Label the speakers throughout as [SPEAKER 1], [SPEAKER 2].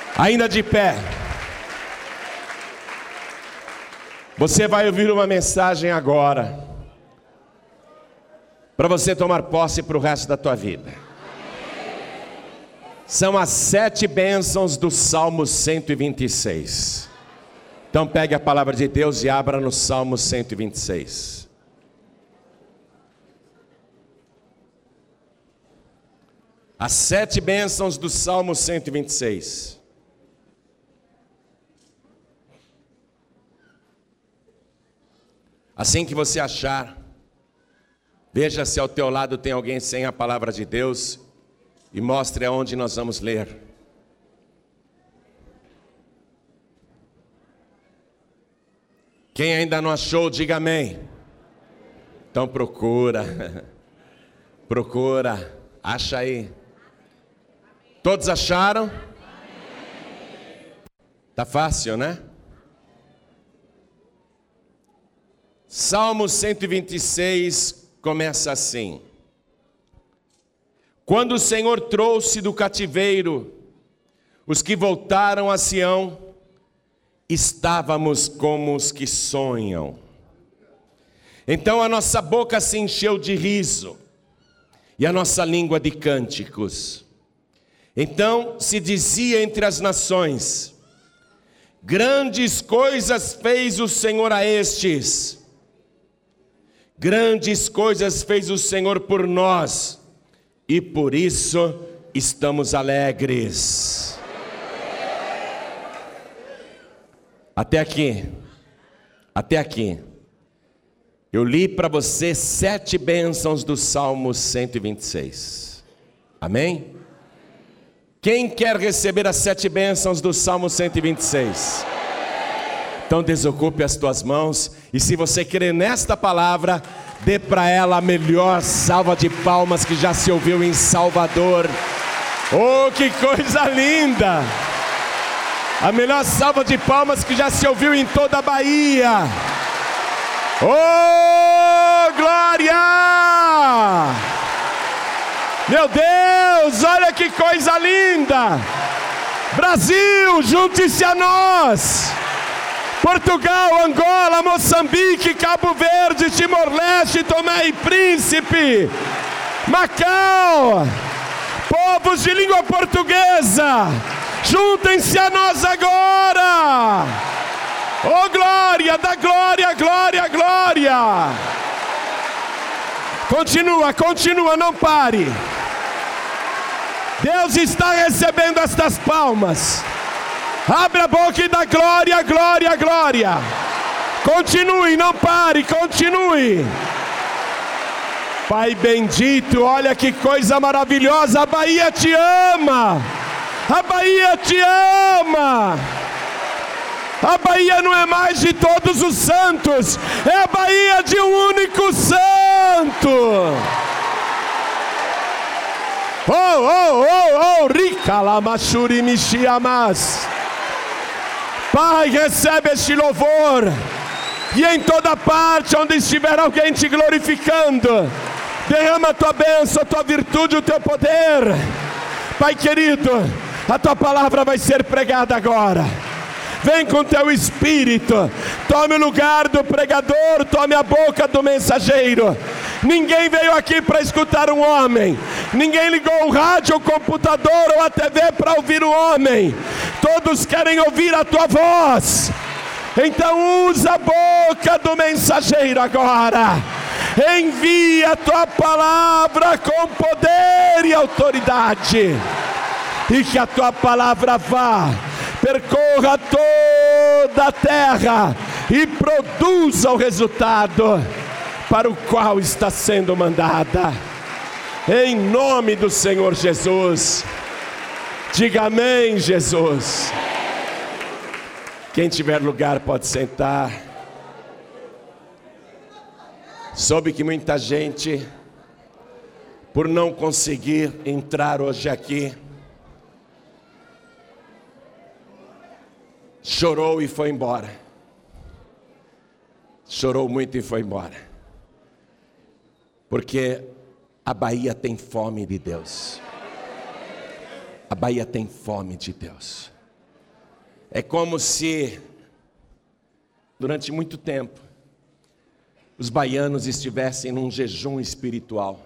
[SPEAKER 1] Ainda de pé. Você vai ouvir uma mensagem agora, para você tomar posse para o resto da tua vida. São as 7 bênçãos do Salmo 126. Então pegue a palavra de Deus e abra no Salmo 126. As 7 bênçãos do Salmo 126. Assim que você achar, veja se ao teu lado tem alguém sem a palavra de Deus e mostre aonde nós vamos ler. Quem ainda não achou, diga amém. Então procura, acha aí. Todos acharam? Tá fácil, né? Salmo 126 começa assim: quando o Senhor trouxe do cativeiro os que voltaram a Sião, estávamos como os que sonham. Então a nossa boca se encheu de riso e a nossa língua de cânticos. Então se dizia entre as nações: grandes coisas fez o Senhor a estes. Grandes coisas fez o Senhor por nós, e por isso estamos alegres. Até aqui. Eu li para você 7 bênçãos do Salmo 126. Amém? Quem quer receber as 7 bênçãos do Salmo 126? Então desocupe as tuas mãos, e se você crer nesta palavra, dê para ela a melhor salva de palmas que já se ouviu em Salvador. Oh, que coisa linda! A melhor salva de palmas que já se ouviu em toda a Bahia. Oh, glória! Meu Deus, olha que coisa linda! Brasil, junte-se a nós! Portugal, Angola, Moçambique, Cabo Verde, Timor-Leste, Tomé e Príncipe, Macau, povos de língua portuguesa, juntem-se a nós agora. Oh glória, da glória, glória, glória. Continua, não pare. Deus está recebendo estas palmas. Abre a boca e dá glória, glória, glória. Continue, não pare, continue. Pai bendito, olha que coisa maravilhosa. A Bahia te ama. A Bahia te ama. A Bahia não é mais de todos os santos, é a Bahia de um único santo. Rica lamachuri michiamas. Pai, recebe este louvor, e em toda parte onde estiver alguém te glorificando, derrama a tua bênção, a tua virtude, o teu poder. Pai querido, a tua palavra vai ser pregada agora. Vem com teu espírito, tome o lugar do pregador, tome a boca do mensageiro. Ninguém veio aqui para escutar um homem, ninguém ligou o rádio, o computador ou a TV para ouvir o homem. Todos querem ouvir a tua voz. Então usa a boca do mensageiro agora. Envia a tua palavra com poder e autoridade, e que a tua palavra vá, percorra toda a terra e produza o resultado para o qual está sendo mandada. Em nome do Senhor Jesus. Diga amém, Jesus. Quem tiver lugar pode sentar. Soube que muita gente, por não conseguir entrar hoje aqui, chorou e foi embora. Chorou muito e foi embora. Porque a Bahia tem fome de Deus. A Bahia tem fome de Deus. É como se, durante muito tempo, os baianos estivessem num jejum espiritual,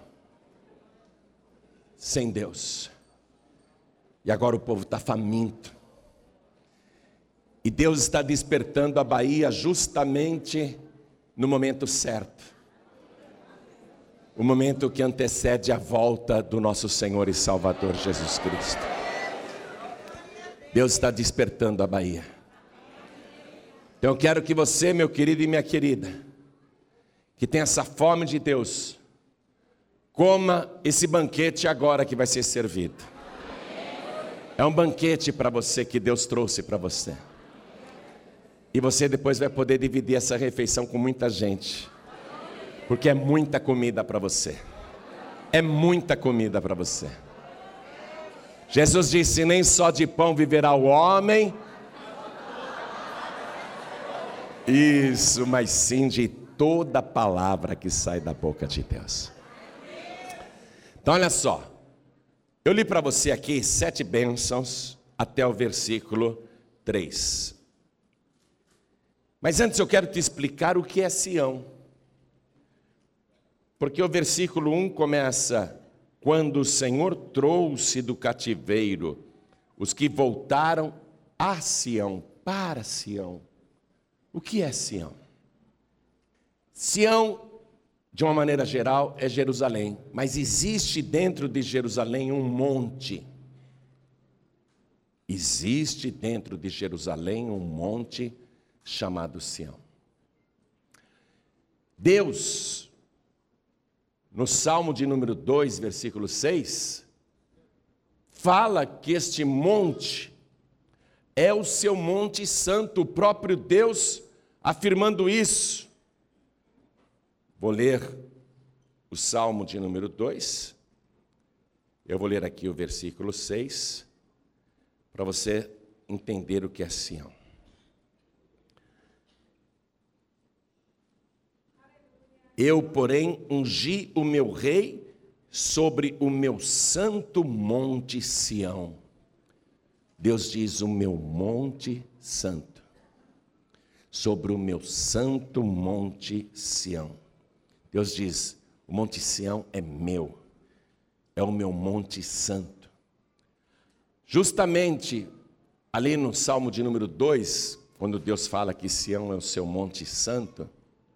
[SPEAKER 1] sem Deus. E agora o povo está faminto. E Deus está despertando a Bahia justamente no momento certo. O momento que antecede a volta do nosso Senhor e Salvador Jesus Cristo. Deus está despertando a Bahia. Então eu quero que você, meu querido e minha querida, que tem essa fome de Deus, coma esse banquete agora que vai ser servido. É um banquete para você que Deus trouxe para você. E você depois vai poder dividir essa refeição com muita gente. Porque é muita comida para você. É muita comida para você. Jesus disse: nem só de pão viverá o homem. Isso, mas sim de toda palavra que sai da boca de Deus. Então olha só. Eu li para você aqui 7 bênçãos até o versículo 3. Mas antes eu quero te explicar o que é Sião. Porque o versículo 1 começa: quando o Senhor trouxe do cativeiro os que voltaram a Sião, para Sião. O que é Sião? Sião, de uma maneira geral, é Jerusalém. Mas existe dentro de Jerusalém um monte. Existe dentro de Jerusalém um monte chamado Sião. Deus, no Salmo de número 2, versículo 6, fala que este monte é o seu monte santo, o próprio Deus afirmando isso. Vou ler o Salmo de número 2, eu vou ler aqui o versículo 6, para você entender o que é Sião. Eu, porém, ungi o meu rei sobre o meu santo monte Sião. Deus diz: o meu monte santo, sobre o meu santo monte Sião. Deus diz: o monte Sião é meu, é o meu monte santo. Justamente ali no Salmo de número 2, quando Deus fala que Sião é o seu monte santo,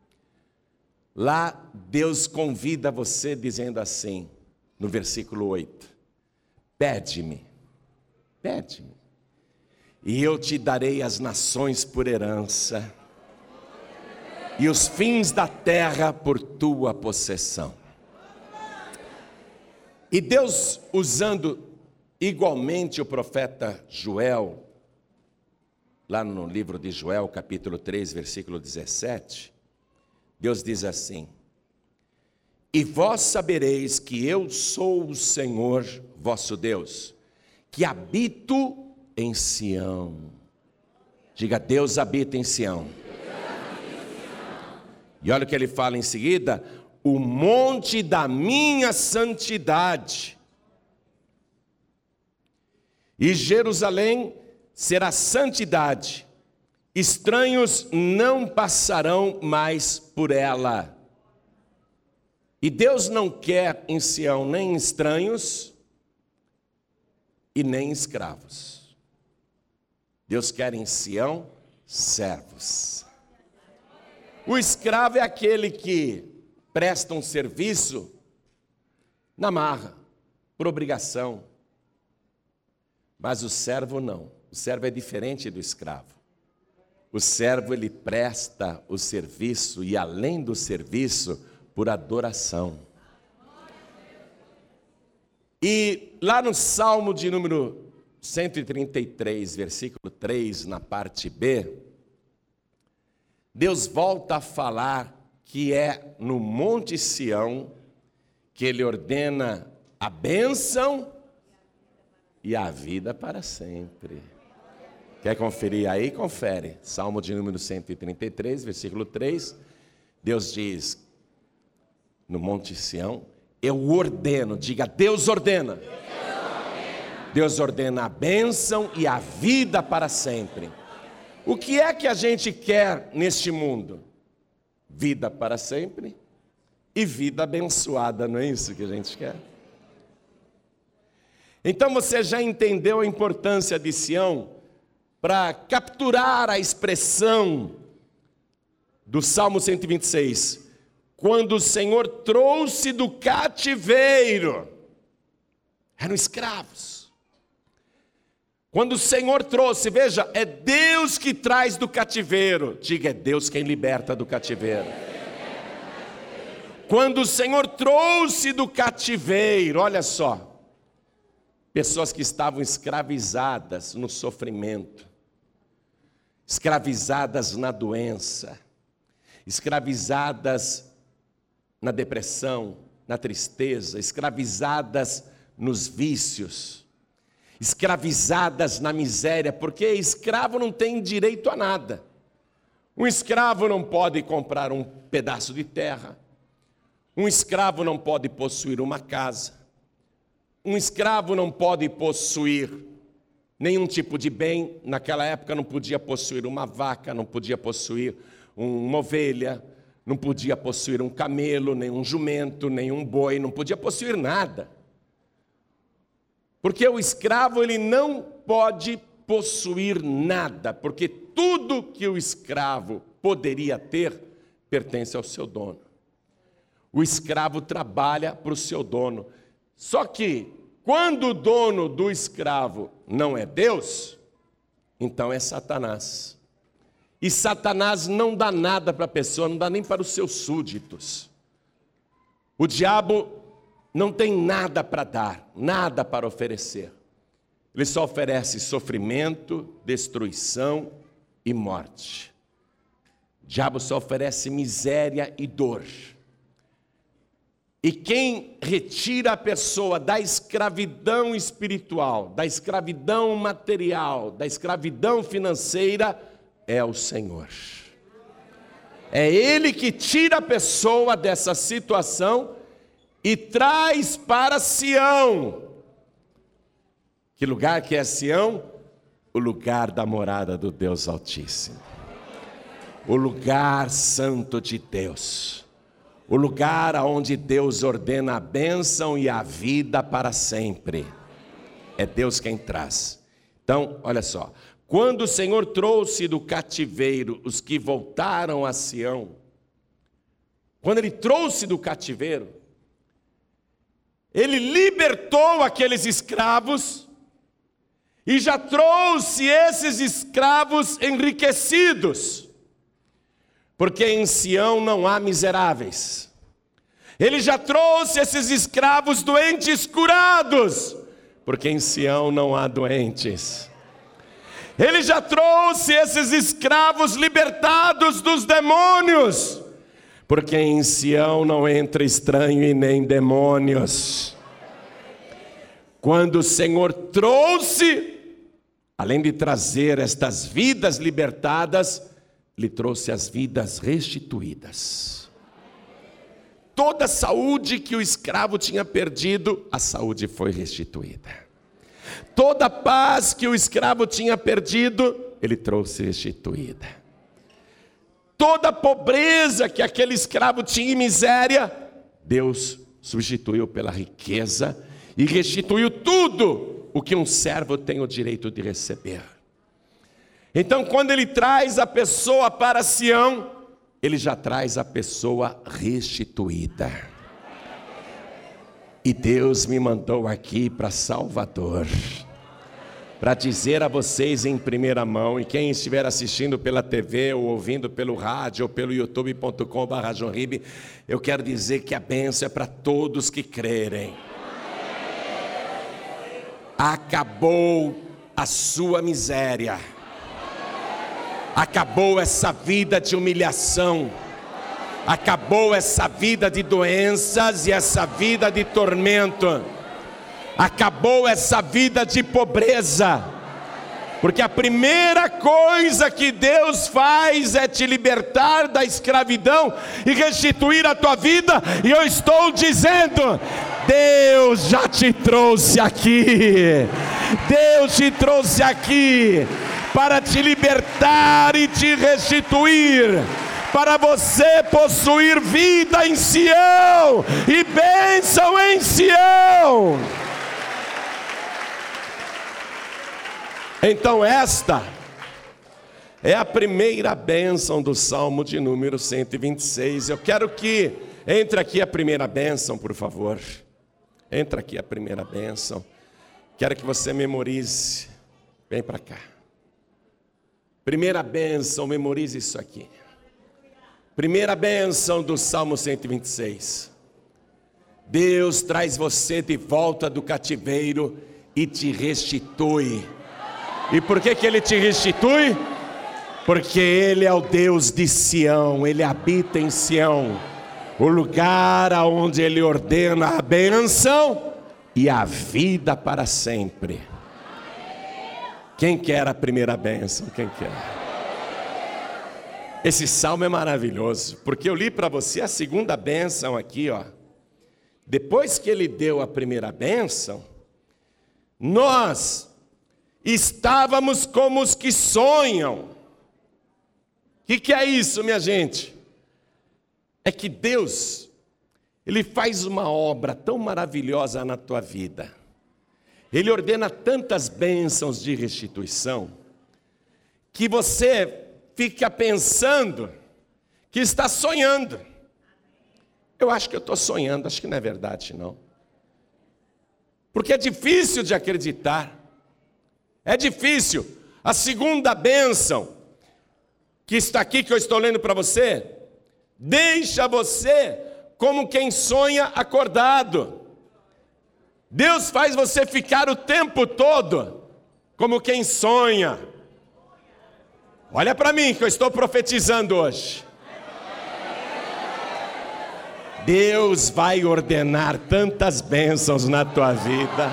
[SPEAKER 1] lá Deus convida você dizendo assim, no versículo 8: pede-me, pede-me, e eu te darei as nações por herança, e os fins da terra por tua possessão. E Deus, usando igualmente o profeta Joel, lá no livro de Joel, capítulo 3, versículo 17, Deus diz assim: e vós sabereis que eu sou o Senhor vosso Deus, que habito em Sião. Diga: Deus habita em Sião. E olha o que ele fala em seguida: o monte da minha santidade. E Jerusalém será santidade. Estranhos não passarão mais por ela. E Deus não quer em Sião nem estranhos e nem escravos. Deus quer em Sião servos. O escravo é aquele que presta um serviço na marra, por obrigação. Mas o servo não. O servo é diferente do escravo. O servo, ele presta o serviço e, além do serviço, por adoração. E lá no Salmo de número 133, versículo 3, na parte B, Deus volta a falar que é no Monte Sião que Ele ordena a bênção e a vida para sempre. Quer conferir aí? Confere. Salmo de número 133, versículo 3. Deus diz, no Monte Sião, eu ordeno, diga: Deus ordena. Deus ordena Deus ordena a bênção e a vida para sempre. O que é que a gente quer neste mundo? Vida para sempre e vida abençoada, não é isso que a gente quer? Então você já entendeu a importância de Sião para capturar a expressão do Salmo 126. Quando o Senhor trouxe do cativeiro, eram escravos. Quando o Senhor trouxe, veja, é Deus que traz do cativeiro. Diga, é Deus quem liberta do cativeiro. Quando o Senhor trouxe do cativeiro, olha só, pessoas que estavam escravizadas no sofrimento, escravizadas na doença, escravizadas na depressão, na tristeza, escravizadas nos vícios, escravizadas na miséria, porque escravo não tem direito a nada. Um escravo não pode comprar um pedaço de terra, um escravo não pode possuir uma casa, um escravo não pode possuir nenhum tipo de bem. Naquela época não podia possuir uma vaca, não podia possuir uma ovelha, não podia possuir um camelo, nem um jumento, nem um boi, não podia possuir nada. Porque o escravo ele não pode possuir nada, porque tudo que o escravo poderia ter pertence ao seu dono. O escravo trabalha para o seu dono. Só que quando o dono do escravo não é Deus, então é Satanás. E Satanás não dá nada para a pessoa, não dá nem para os seus súditos. O diabo não tem nada para dar, nada para oferecer. Ele só oferece sofrimento, destruição e morte. O diabo só oferece miséria e dor. E quem retira a pessoa da escravidão espiritual, da escravidão material, da escravidão financeira, é o Senhor. É Ele que tira a pessoa dessa situação e traz para Sião. Que lugar que é Sião? O lugar da morada do Deus Altíssimo. O lugar santo de Deus. O lugar onde Deus ordena a bênção e a vida para sempre. É Deus quem traz. Então, olha só. Quando o Senhor trouxe do cativeiro os que voltaram a Sião, quando Ele trouxe do cativeiro, Ele libertou aqueles escravos e já trouxe esses escravos enriquecidos, porque em Sião não há miseráveis. Ele já trouxe esses escravos doentes curados, porque em Sião não há doentes. Ele já trouxe esses escravos libertados dos demônios, porque em Sião não entra estranho e nem demônios. Quando o Senhor trouxe, além de trazer estas vidas libertadas, Ele trouxe as vidas restituídas. Toda a saúde que o escravo tinha perdido, a saúde foi restituída. Toda a paz que o escravo tinha perdido, Ele trouxe restituída. Toda a pobreza que aquele escravo tinha em miséria, Deus substituiu pela riqueza e restituiu tudo o que um servo tem o direito de receber. Então, quando Ele traz a pessoa para Sião, Ele já traz a pessoa restituída. E Deus me mandou aqui para Salvador, para dizer a vocês em primeira mão, e quem estiver assistindo pela TV, ou ouvindo pelo rádio, ou pelo youtube.com/JohnRibe, eu quero dizer que a bênção é para todos que crerem. Acabou a sua miséria, acabou essa vida de humilhação, acabou essa vida de doenças e essa vida de tormento, acabou essa vida de pobreza, porque a primeira coisa que Deus faz é te libertar da escravidão e restituir a tua vida. E eu estou dizendo, Deus já te trouxe aqui. Deus te trouxe aqui para te libertar e te restituir, para você possuir vida em Sião e bênção em Sião. Então esta é a primeira bênção do Salmo de número 126. Eu quero que entre aqui a primeira bênção, por favor. Entra aqui a primeira bênção. Quero que você memorize. Vem para cá. Primeira bênção, memorize isso aqui. Primeira bênção do Salmo 126. Deus traz você de volta do cativeiro e te restitui. E por que Ele te restitui? Porque Ele é o Deus de Sião, Ele habita em Sião, o lugar onde Ele ordena a bênção e a vida para sempre. Quem quer a primeira bênção? Quem quer? Esse salmo é maravilhoso, porque eu li para você a segunda bênção aqui, ó. Depois que Ele deu a primeira bênção, nós estávamos como os que sonham. O que é isso, minha gente? É que Deus, Ele faz uma obra tão maravilhosa na tua vida. Ele ordena tantas bênçãos de restituição, que você fica pensando que está sonhando. Eu acho que eu estou sonhando, acho que não é verdade não. Porque é difícil de acreditar. É difícil. A segunda bênção que está aqui, que eu estou lendo para você, deixa você como quem sonha acordado. Deus faz você ficar o tempo todo como quem sonha. Olha para mim que eu estou profetizando hoje. Deus vai ordenar tantas bênçãos na tua vida.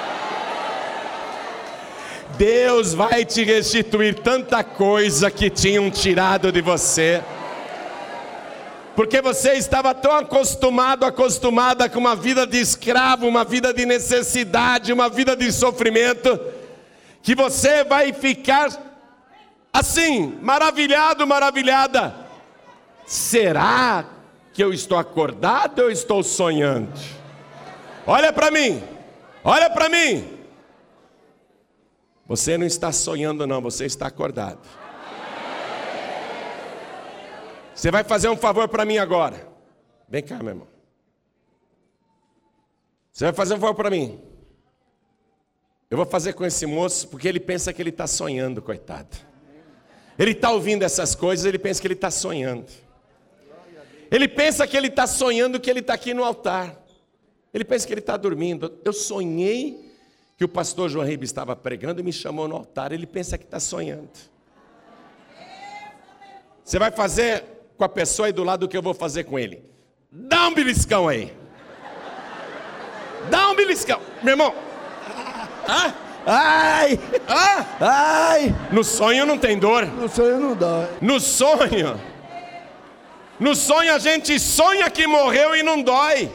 [SPEAKER 1] Deus vai te restituir tanta coisa que tinham tirado de você. Porque você estava tão acostumada com uma vida de escravo, uma vida de necessidade, uma vida de sofrimento, que você vai ficar assim, maravilhado, maravilhada. Será que eu estou acordado ou eu estou sonhando? Olha para mim, olha para mim. Você não está sonhando não, você está acordado. Você vai fazer um favor para mim agora. Vem cá, meu irmão. Você vai fazer um favor para mim. Eu vou fazer com esse moço, porque ele pensa que ele está sonhando, coitado. Ele está ouvindo essas coisas, ele pensa que ele está sonhando. Ele pensa que ele está sonhando que ele está aqui no altar. Ele pensa que ele está dormindo. Eu sonhei que o pastor João Ribe estava pregando e me chamou no altar. Ele pensa que está sonhando. Você vai fazer com a pessoa aí do lado o que eu vou fazer com ele. Dá um beliscão aí. Dá um beliscão. Meu irmão.
[SPEAKER 2] Ai! Ai!
[SPEAKER 1] No sonho não tem dor.
[SPEAKER 2] No sonho não dói.
[SPEAKER 1] No sonho a gente sonha que morreu e não dói.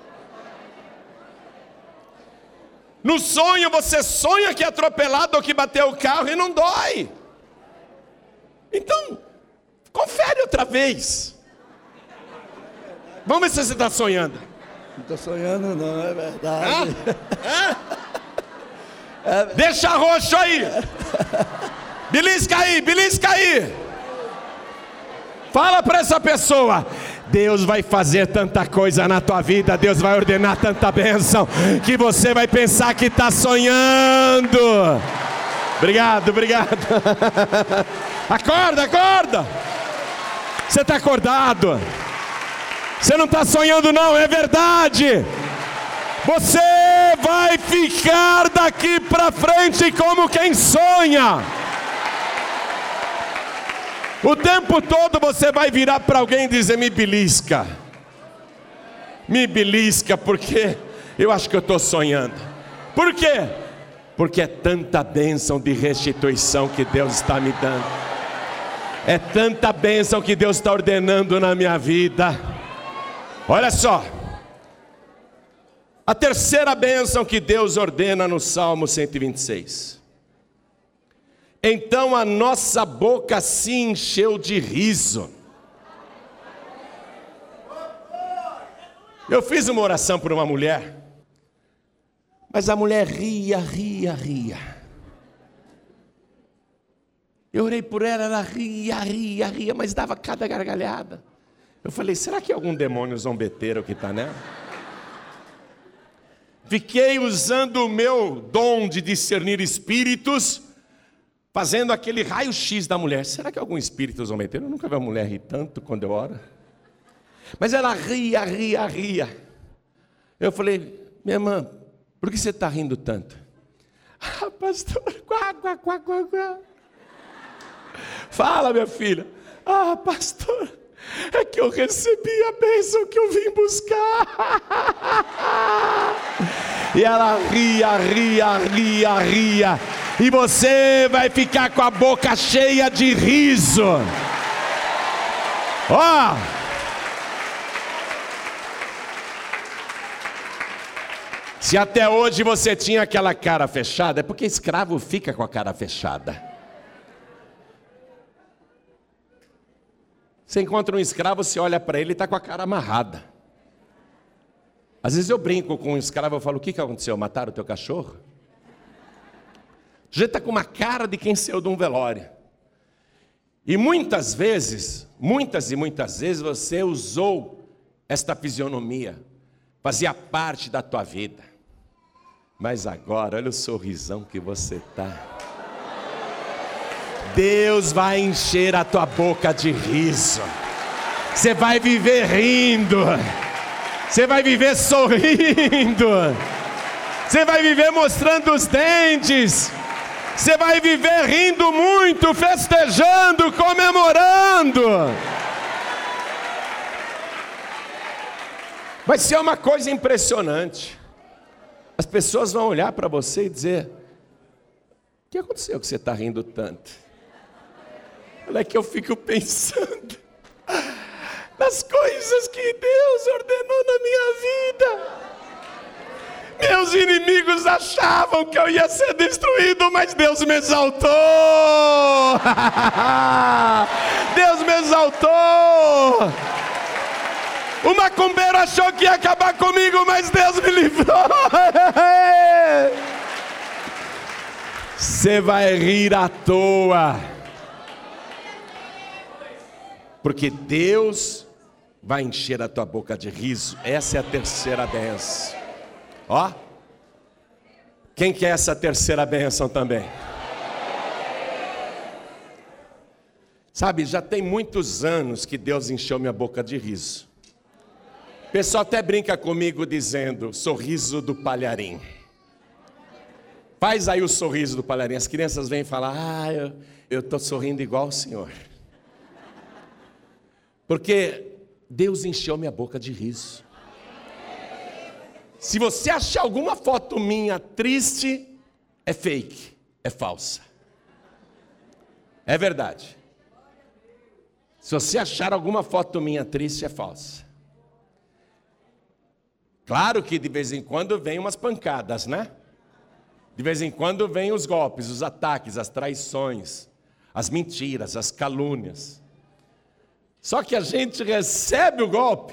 [SPEAKER 1] No sonho você sonha que é atropelado ou que bateu o carro e não dói. Então, confere outra vez. Vamos ver se você está sonhando.
[SPEAKER 2] Não estou sonhando não, é verdade.
[SPEAKER 1] Deixa roxo aí. Belisca aí, belisca aí. Fala para essa pessoa. Deus vai fazer tanta coisa na tua vida, Deus vai ordenar tanta bênção, que você vai pensar que está sonhando. Obrigado, obrigado. Acorda, acorda. Você está acordado. Você não está sonhando não, é verdade. Você vai ficar daqui para frente como quem sonha. O tempo todo você vai virar para alguém e dizer: me belisca, porque eu acho que eu estou sonhando. Por quê? Porque é tanta bênção de restituição que Deus está me dando. É tanta bênção que Deus está ordenando na minha vida. Olha só. A terceira bênção que Deus ordena no Salmo 126. Então a nossa boca se encheu de riso. Eu fiz uma oração por uma mulher, mas a mulher ria. Eu orei por ela, ela ria, mas dava cada gargalhada. Eu falei, será que é algum demônio zombeteiro que está nela? Fiquei usando o meu dom de discernir espíritos, fazendo aquele raio-x da mulher. Será que é algum espírito zombeteiro? Eu nunca vi uma mulher rir tanto quando eu oro. Mas ela ria. Eu falei, minha irmã, por que você está rindo tanto? Ah, pastor, quá. Fala, minha filha. Ah, pastor, é que eu recebi a bênção que eu vim buscar. E ela ria. E você vai ficar com a boca cheia de riso. Ó! Se até hoje você tinha aquela cara fechada, é porque escravo fica com a cara fechada. Você encontra um escravo, você olha para ele e está com a cara amarrada. Às vezes eu brinco com um escravo, eu falo, o que aconteceu? Mataram o teu cachorro? O sujeito está com uma cara de quem saiu de um velório. E muitas vezes você usou esta fisionomia, fazia parte da tua vida. Mas agora, olha o sorrisão que você está. Deus vai encher a tua boca de riso. Você vai viver rindo. Você vai viver sorrindo. Você vai viver mostrando os dentes. Você vai viver rindo muito, festejando, comemorando. Vai ser uma coisa impressionante. As pessoas vão olhar para você e dizer, o que aconteceu que você está rindo tanto? Olha que eu fico pensando nas coisas que Deus ordenou na minha vida. Meus inimigos achavam que eu ia ser destruído, mas Deus me exaltou. Deus me exaltou. O macumbeiro achou que ia acabar comigo, mas Deus me livrou. Você vai rir à toa. Porque Deus vai encher a tua boca de riso. Essa é a terceira bênção. Ó, quem quer essa terceira bênção também? Sabe, já tem muitos anos que Deus encheu minha boca de riso. O pessoal até brinca comigo dizendo, sorriso do palharim. Faz aí o sorriso do palharim. As crianças vêm falar, eu estou sorrindo igual o senhor. Porque Deus encheu minha boca de riso. Se você achar alguma foto minha triste, é fake, é falsa. É verdade. Se você achar alguma foto minha triste, é falsa. Claro que de vez em quando vem umas pancadas, né? De vez em quando vem os golpes, os ataques, as traições, as mentiras, as calúnias. Só que a gente recebe o golpe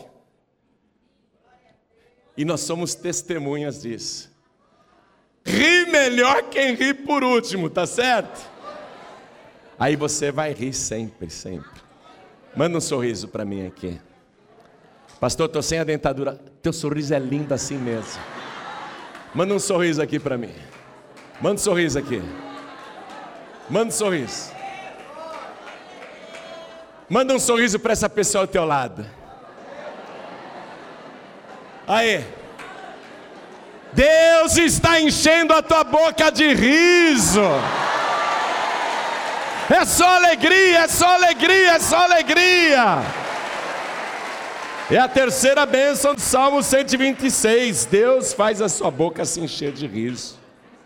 [SPEAKER 1] e nós somos testemunhas disso. Ri melhor quem ri por último, tá certo? Aí você vai rir sempre. Manda um sorriso para mim aqui. Pastor, estou sem a dentadura. Teu sorriso é lindo assim mesmo. Manda um sorriso aqui para mim. Manda um sorriso aqui. Manda um sorriso. Manda um sorriso para essa pessoa ao teu lado. Aí. Deus está enchendo a tua boca de riso. É só alegria, é só alegria, é só alegria. É a terceira bênção do Salmo 126. Deus faz a sua boca se encher de riso.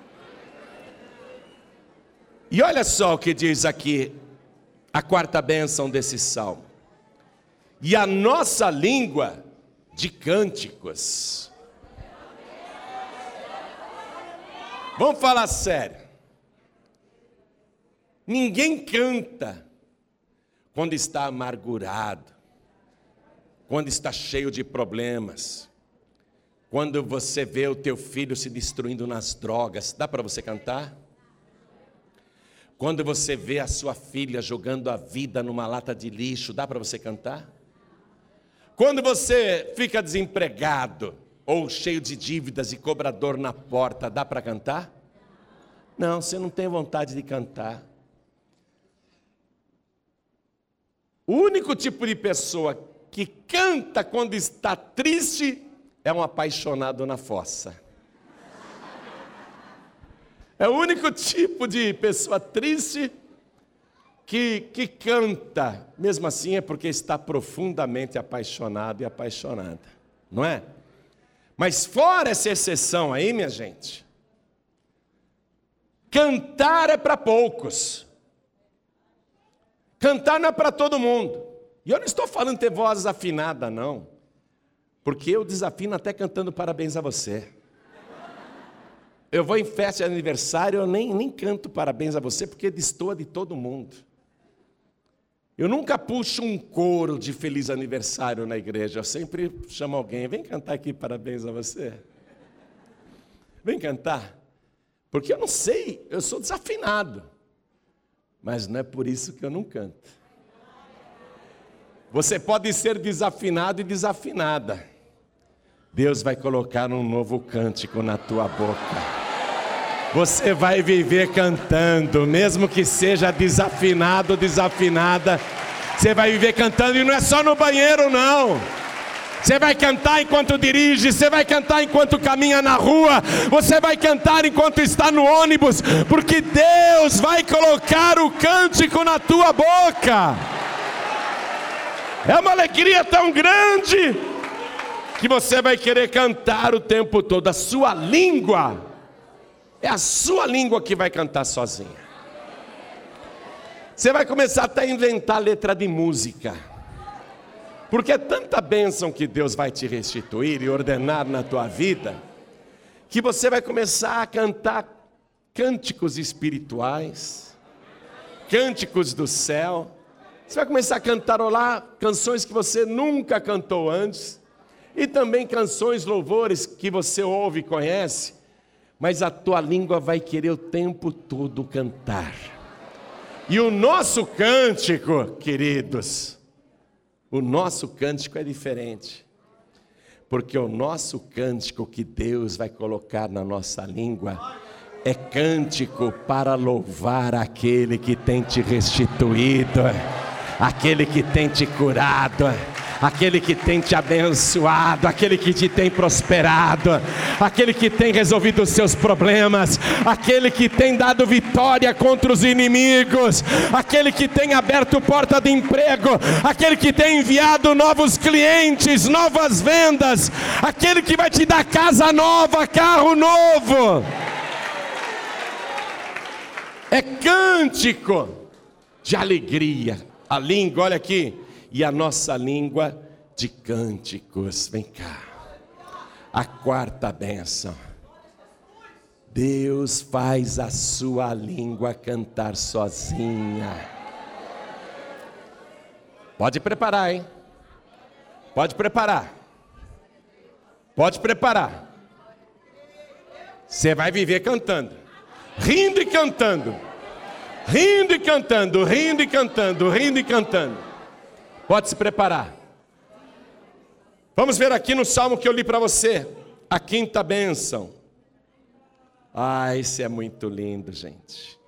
[SPEAKER 1] E olha só o que diz aqui a quarta bênção desse salmo. E a nossa língua de cânticos. Vamos falar sério. Ninguém canta quando está amargurado, quando está cheio de problemas, quando você vê o teu filho se destruindo nas drogas. Dá para você cantar? Quando você vê a sua filha jogando a vida numa lata de lixo, dá para você cantar? Quando você fica desempregado, ou cheio de dívidas e cobrador na porta, dá para cantar? Não, você não tem vontade de cantar. O único tipo de pessoa que canta quando está triste é um apaixonado na fossa. É o único tipo de pessoa triste que canta. Mesmo assim é porque está profundamente apaixonado e apaixonada, não é? Mas fora essa exceção aí, minha gente, cantar é para poucos. Cantar não é para todo mundo. E eu não estou falando de ter voz afinada, não. Porque eu desafino até cantando parabéns a você. Eu vou em festa de aniversário, eu nem canto parabéns a você, porque destoa de todo mundo. Eu nunca puxo um coro de feliz aniversário na igreja. Eu sempre chamo alguém, vem cantar aqui parabéns a você. Vem cantar. Porque eu não sei, eu sou desafinado. Mas não é por isso que eu não canto. Você pode ser desafinado e desafinada. Deus vai colocar um novo cântico na tua boca. Você vai viver cantando, mesmo que seja desafinado ou desafinada. Você vai viver cantando, e não é só no banheiro, não. Você vai cantar enquanto dirige, você vai cantar enquanto caminha na rua, você vai cantar enquanto está no ônibus, porque Deus vai colocar o cântico na tua boca. É uma alegria tão grande que você vai querer cantar o tempo todo. A sua língua, é a sua língua que vai cantar sozinha. Você vai começar até a inventar letra de música, porque é tanta bênção que Deus vai te restituir e ordenar na tua vida, que você vai começar a cantar cânticos espirituais, cânticos do céu. Você vai começar a cantarolar canções que você nunca cantou antes, e também canções, louvores que você ouve e conhece, mas a tua língua vai querer o tempo todo cantar. E o nosso cântico, queridos, o nosso cântico é diferente, porque o nosso cântico que Deus vai colocar na nossa língua é cântico para louvar aquele que tem te restituído, aquele que tem te curado, aquele que tem te abençoado, aquele que te tem prosperado, aquele que tem resolvido os seus problemas, aquele que tem dado vitória contra os inimigos, aquele que tem aberto porta de emprego, aquele que tem enviado novos clientes, novas vendas, aquele que vai te dar casa nova, carro novo. É cântico de alegria. A língua, olha aqui, e a nossa língua de cânticos. Vem cá. A quarta bênção. Deus faz a sua língua cantar sozinha. Pode preparar, hein? Pode preparar. Pode preparar. Você vai viver cantando, rindo e cantando, rindo e cantando, rindo e cantando, rindo e cantando. Pode se preparar. Vamos ver aqui no salmo que eu li para você, a quinta bênção. Ah, isso é muito lindo, gente.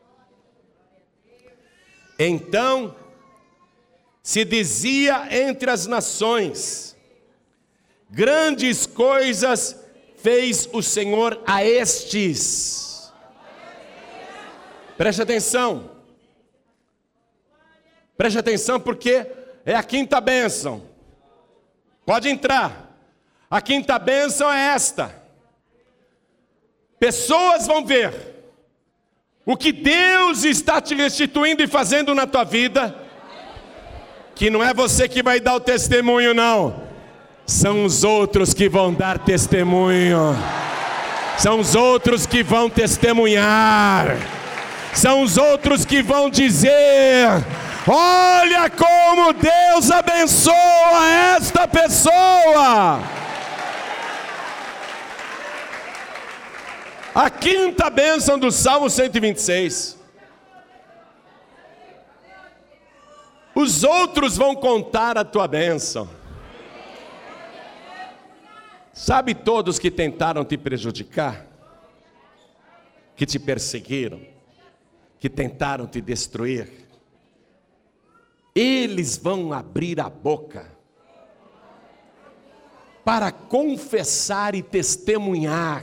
[SPEAKER 1] Então se dizia entre as nações: grandes coisas fez o Senhor a estes. Preste atenção. Preste atenção, porque é a quinta bênção. Pode entrar. A quinta bênção é esta: pessoas vão ver o que Deus está te restituindo e fazendo na tua vida, que não é você que vai dar o testemunho, não. São os outros que vão dar testemunho. São os outros que vão testemunhar. São os outros que vão dizer: olha como Deus abençoa esta pessoa. A quinta bênção do Salmo 126. Os outros vão contar a tua bênção. Sabe todos que tentaram te prejudicar? Que te perseguiram? Que tentaram te destruir? Eles vão abrir a boca para confessar e testemunhar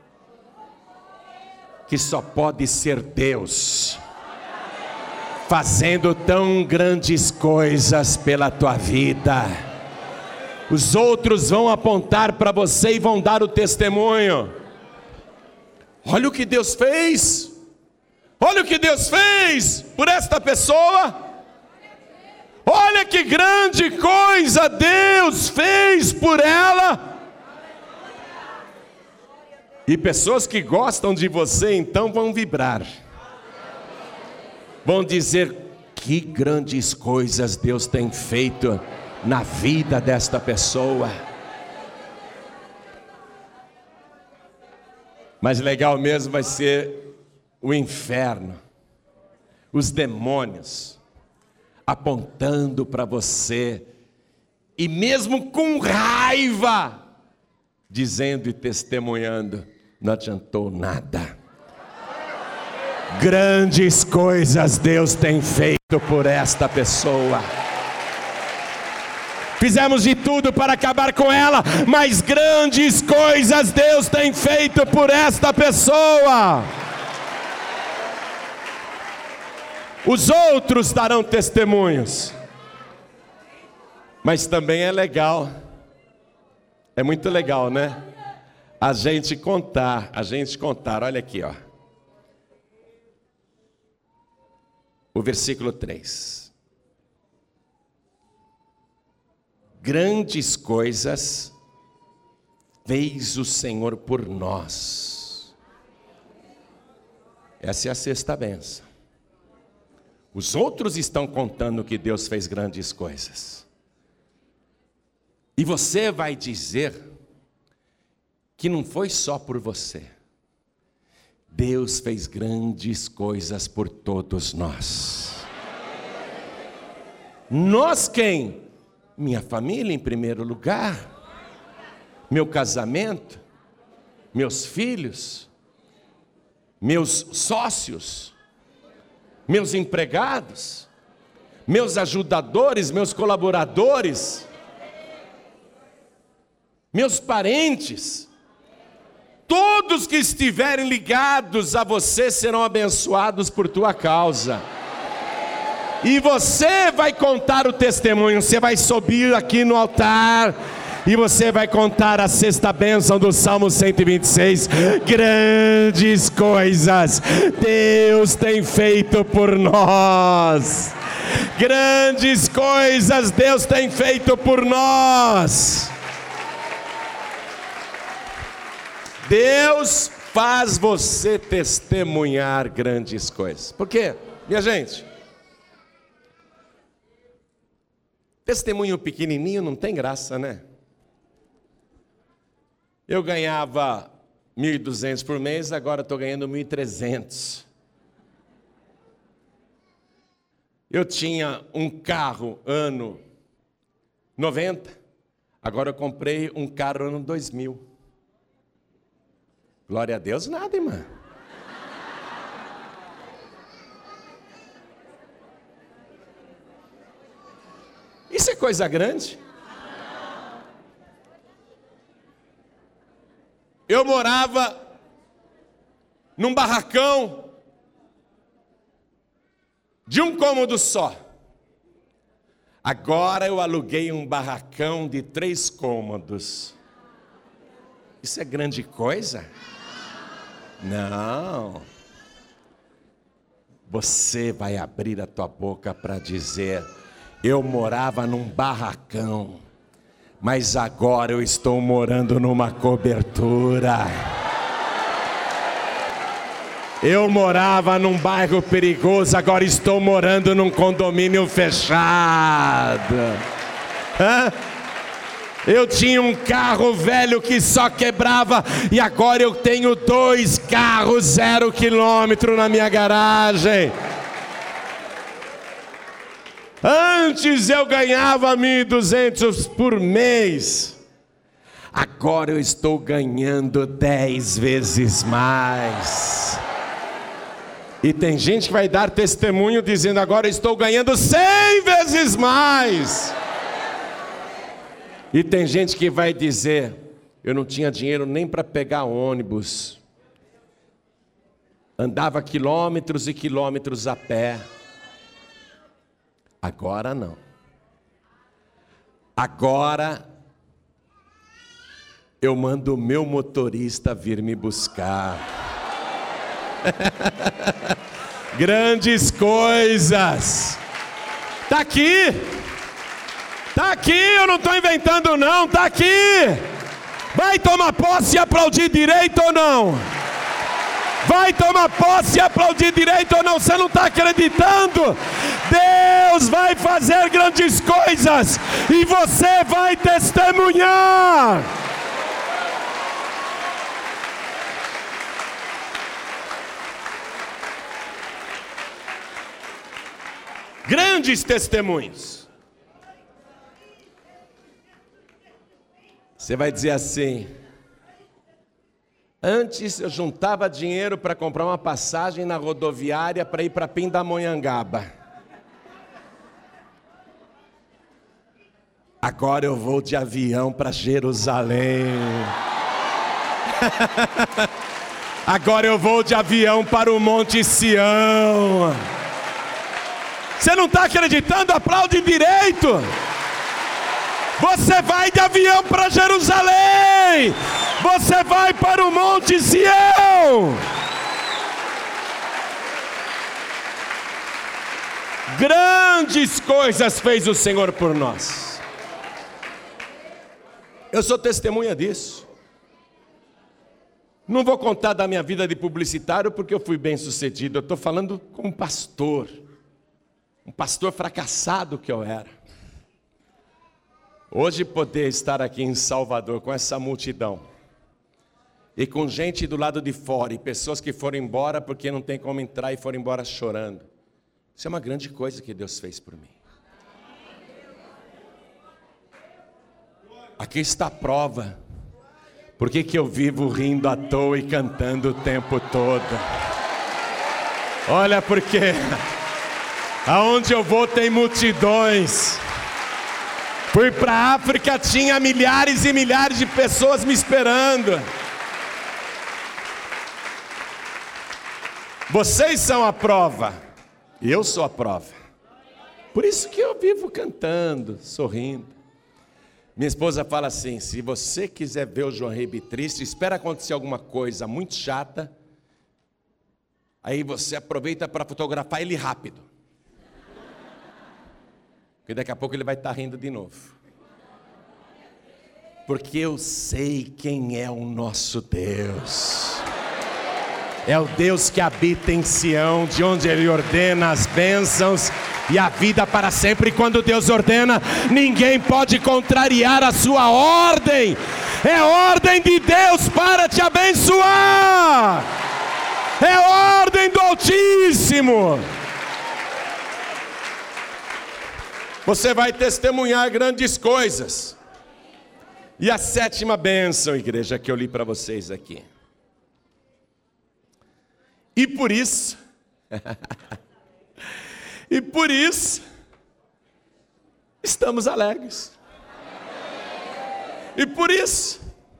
[SPEAKER 1] que só pode ser Deus fazendo tão grandes coisas pela tua vida. Os outros vão apontar para você e vão dar o testemunho. Olha o que Deus fez. Olha o que Deus fez por esta pessoa. Olha que grande coisa Deus fez por ela. E pessoas que gostam de você então vão vibrar. Vão dizer: que grandes coisas Deus tem feito na vida desta pessoa. Mas legal mesmo vai ser o inferno, os demônios apontando para você, e mesmo com raiva, dizendo e testemunhando: não adiantou nada. Grandes coisas Deus tem feito por esta pessoa. Fizemos de tudo para acabar com ela, mas grandes coisas Deus tem feito por esta pessoa. Os outros darão testemunhos. Mas também é legal, é muito legal, né? A gente contar, olha aqui, ó. O versículo 3. Grandes coisas fez o Senhor por nós. Essa é a sexta bênção. Os outros estão contando que Deus fez grandes coisas. E você vai dizer que não foi só por você. Deus fez grandes coisas por todos nós. Nós quem? Minha família em primeiro lugar. Meu casamento. Meus filhos. Meus sócios. Meus empregados. Meus ajudadores, meus colaboradores. Meus parentes. Todos que estiverem ligados a você serão abençoados por tua causa. E você vai contar o testemunho. Você vai subir aqui no altar e você vai contar a sexta bênção do Salmo 126. Grandes coisas Deus tem feito por nós. Grandes coisas Deus tem feito por nós. Deus faz você testemunhar grandes coisas. Por quê, minha gente? Testemunho pequenininho não tem graça, né? Eu ganhava 1.200 por mês, agora estou ganhando 1.300. Eu tinha um carro ano 90, agora eu comprei um carro ano 2000. Glória a Deus, nada, irmã. Isso é coisa grande? Eu morava num barracão de um cômodo só. Agora eu aluguei um barracão de 3 cômodos. Isso é grande coisa? Não. Você vai abrir a tua boca para dizer: eu morava num barracão, mas agora eu estou morando numa cobertura. Eu morava num bairro perigoso, agora estou morando num condomínio fechado. Eu tinha um carro velho que só quebrava e agora eu tenho 2 carros 0 quilômetro na minha garagem. Antes eu ganhava 1.200 por mês. Agora eu estou ganhando 10 vezes mais. E tem gente que vai dar testemunho dizendo: agora eu estou ganhando 100 vezes mais. E tem gente que vai dizer: eu não tinha dinheiro nem para pegar ônibus. Andava quilômetros e quilômetros a pé. Agora não. Agora eu mando o meu motorista vir me buscar. Grandes coisas. Está aqui. Está aqui, eu não estou inventando não, está aqui. Vai tomar posse e aplaudir direito ou não? Vai tomar posse e aplaudir direito ou não? Você não está acreditando? Deus vai fazer grandes coisas e você vai testemunhar. Grandes testemunhos. Você vai dizer assim: antes eu juntava dinheiro para comprar uma passagem na rodoviária para ir para Pindamonhangaba. Agora eu vou de avião para Jerusalém. Agora eu vou de avião para o Monte Sião. Você não está acreditando? Aplaude direito. Você vai de avião para Jerusalém. Você vai para o Monte Sião. Grandes coisas fez o Senhor por nós. Eu sou testemunha disso. Não vou contar da minha vida de publicitário porque eu fui bem sucedido. Eu estou falando como pastor. Um pastor fracassado que eu era. Hoje poder estar aqui em Salvador com essa multidão e com gente do lado de fora e pessoas que foram embora porque não tem como entrar e foram embora chorando. Isso é uma grande coisa que Deus fez por mim. Aqui está a prova. Por que eu vivo rindo à toa e cantando o tempo todo? Olha porque aonde eu vou tem multidões. Fui para a África, tinha milhares e milhares de pessoas me esperando. Vocês são a prova, e eu sou a prova. Por isso que eu vivo cantando, sorrindo. Minha esposa fala assim: se você quiser ver o João Ribe triste, espera acontecer alguma coisa muito chata, aí você aproveita para fotografar ele rápido. Porque daqui a pouco ele vai estar rindo de novo. Porque eu sei quem é o nosso Deus. É o Deus que habita em Sião, de onde Ele ordena as bênçãos e a vida para sempre. E quando Deus ordena, ninguém pode contrariar a sua ordem. É ordem de Deus para te abençoar. É ordem do Altíssimo. Você vai testemunhar grandes coisas. E a 7ª bênção, igreja, que eu li para vocês aqui. E por isso, estamos alegres. E por isso,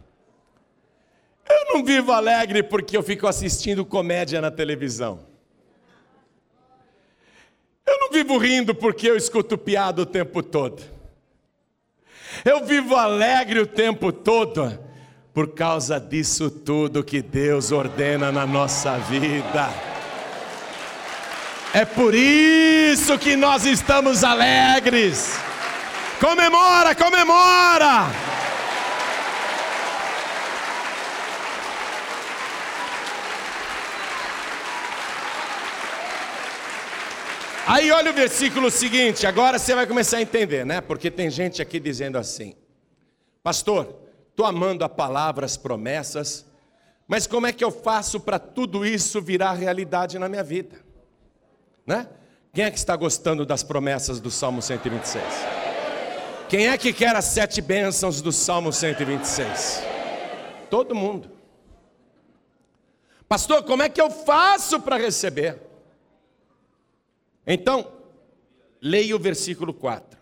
[SPEAKER 1] eu não vivo alegre porque eu fico assistindo comédia na televisão. Eu não vivo rindo porque eu escuto piada o tempo todo. Eu vivo alegre o tempo todo por causa disso tudo que Deus ordena na nossa vida. É por isso que nós estamos alegres. Comemora, comemora! Aí olha o versículo seguinte, agora você vai começar a entender, né? Porque tem gente aqui dizendo assim: pastor, estou amando a palavra, as promessas, mas como é que eu faço para tudo isso virar realidade na minha vida? Né? Quem é que está gostando das promessas do Salmo 126? Quem é que quer as 7 bênçãos do Salmo 126? Todo mundo. Pastor, como é que eu faço para receber? Então, leia o versículo 4.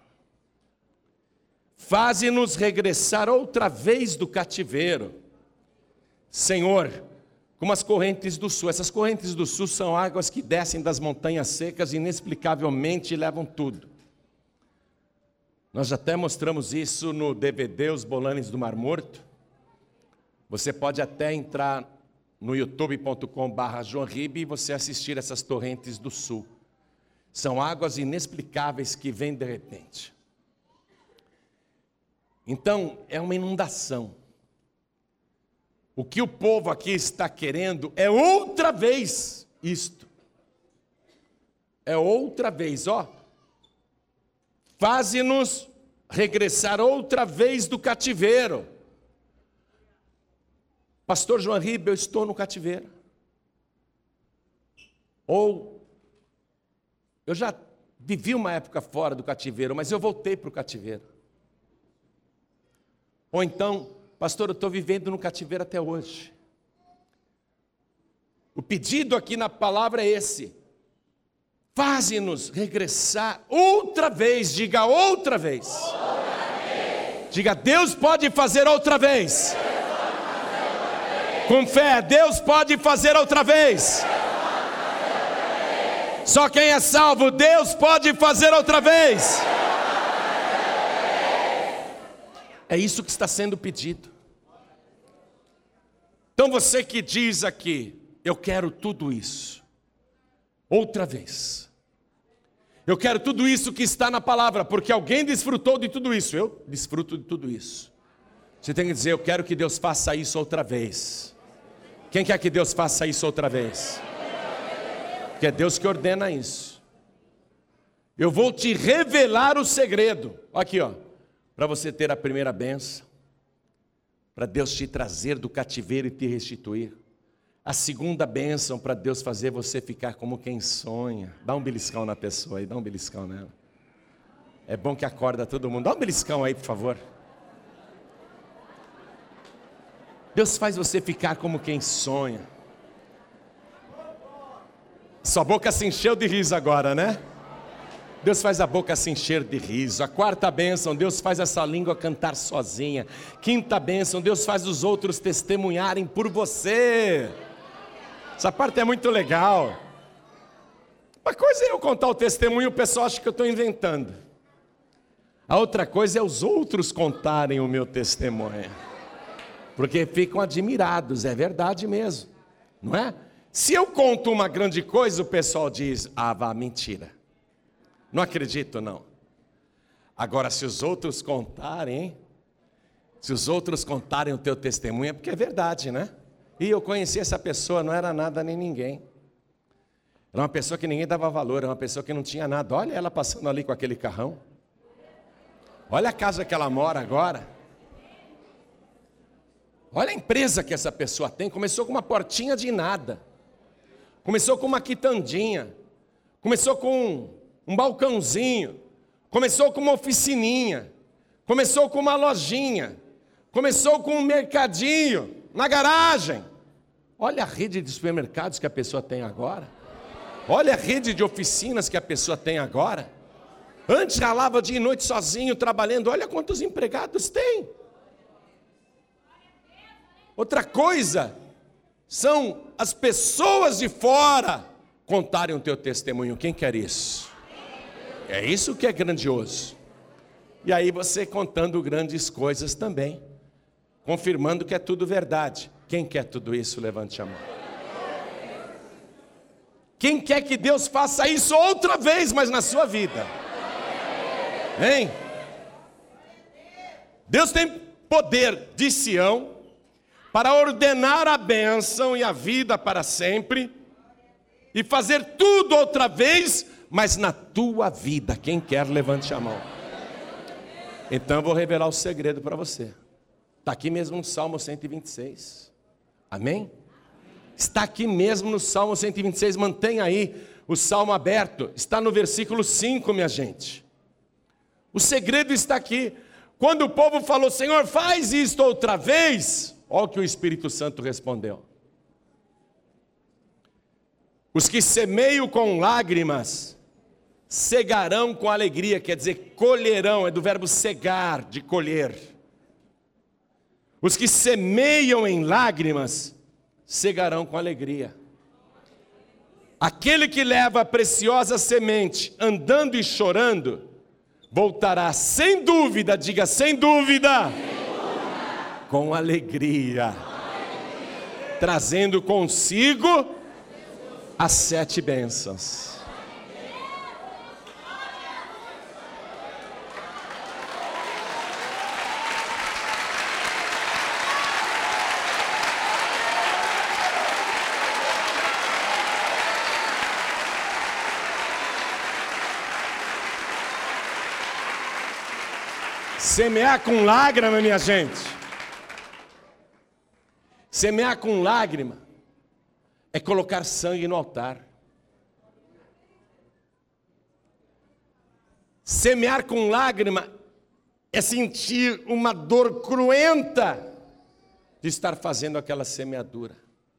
[SPEAKER 1] Faze-nos regressar outra vez do cativeiro, Senhor, como as correntes do sul. Essas correntes do sul são águas que descem das montanhas secas inexplicavelmente e levam tudo. Nós já até mostramos isso no DVD Os Bolanes do Mar Morto. Você pode até entrar no youtube.com/joanribe e você assistir essas torrentes do sul. São águas inexplicáveis que vêm de repente. Então, é uma inundação. O que o povo aqui está querendo é outra vez isto. É outra vez, ó. Faze-nos regressar outra vez do cativeiro. Pastor Joanribe, eu estou no cativeiro. Ou, eu já vivi uma época fora do cativeiro, mas eu voltei para o cativeiro. Ou então, pastor, eu estou vivendo no cativeiro até hoje. O pedido aqui na palavra é esse: faze-nos regressar outra vez. Diga outra vez. Diga, Deus pode fazer outra vez. Com fé, Deus pode fazer outra vez. Só quem é salvo, Deus pode fazer outra vez. É isso que está sendo pedido. Então você que diz aqui, eu quero tudo isso, outra vez. Eu quero tudo isso que está na palavra, porque alguém desfrutou de tudo isso. Eu desfruto de tudo isso. Você tem que dizer, eu quero que Deus faça isso outra vez. Quem quer que Deus faça isso outra vez? Porque é Deus que ordena isso. Eu vou te revelar o segredo. Aqui, ó. Para você ter a primeira bênção, para Deus te trazer do cativeiro e te restituir. A segunda bênção, para Deus fazer você ficar como quem sonha. Dá um beliscão na pessoa aí, dá um beliscão nela. É bom que acorda todo mundo. Dá um beliscão aí, por favor. Deus faz você ficar como quem sonha. Sua boca se encheu de riso agora, né? Deus faz a boca se encher de riso. A quarta bênção, Deus faz essa língua cantar sozinha. Quinta bênção, Deus faz os outros testemunharem por você. Essa parte é muito legal. Uma coisa é eu contar o testemunho e o pessoal acha que eu estou inventando. A outra coisa é os outros contarem o meu testemunho. Porque ficam admirados, é verdade mesmo, não é? Se eu conto uma grande coisa, o pessoal diz, ah, vá, mentira. Não acredito, não. Agora, se os outros contarem, hein? Se os outros contarem o teu testemunho, é porque é verdade, né? E eu conheci essa pessoa, não era nada nem ninguém. Era uma pessoa que ninguém dava valor, era uma pessoa que não tinha nada. Olha ela passando ali com aquele carrão. Olha a casa que ela mora agora. Olha a empresa que essa pessoa tem. Começou com uma portinha de nada. Começou com uma quitandinha. Começou com um balcãozinho. Começou com uma oficininha. Começou com uma lojinha. Começou com um mercadinho na garagem. Olha a rede de supermercados que a pessoa tem agora. Olha a rede de oficinas que a pessoa tem agora. Antes ralava dia e noite sozinho, trabalhando. Olha quantos empregados tem. Outra coisa são as pessoas de fora contarem o teu testemunho. Quem quer isso? É isso que é grandioso. E aí você contando grandes coisas também, confirmando que é tudo verdade. Quem quer tudo isso? Levante a mão. Quem quer que Deus faça isso outra vez, mas na sua vida? Hein? Deus tem poder de Sião para ordenar a bênção e a vida para sempre, e fazer tudo outra vez, mas na tua vida. Quem quer, levante a mão. Então eu vou revelar o segredo para você. Está aqui mesmo no Salmo 126. Amém? Está aqui mesmo no Salmo 126. Mantenha aí o Salmo aberto. Está no versículo 5, minha gente. O segredo está aqui. Quando o povo falou, Senhor, faz isto outra vez, olha o que o Espírito Santo respondeu. Os que semeiam com lágrimas, cegarão com alegria, quer dizer, colherão, é do verbo cegar, de colher. Os que semeiam em lágrimas, cegarão com alegria. Aquele que leva a preciosa semente, andando e chorando, voltará sem dúvida, diga sem dúvida, com alegria, trazendo consigo as 7 bênçãos. Semear com lágrima, minha gente. Semear com lágrima é colocar sangue no altar. Semear com lágrima é sentir uma dor cruenta de estar fazendo aquela semeadura.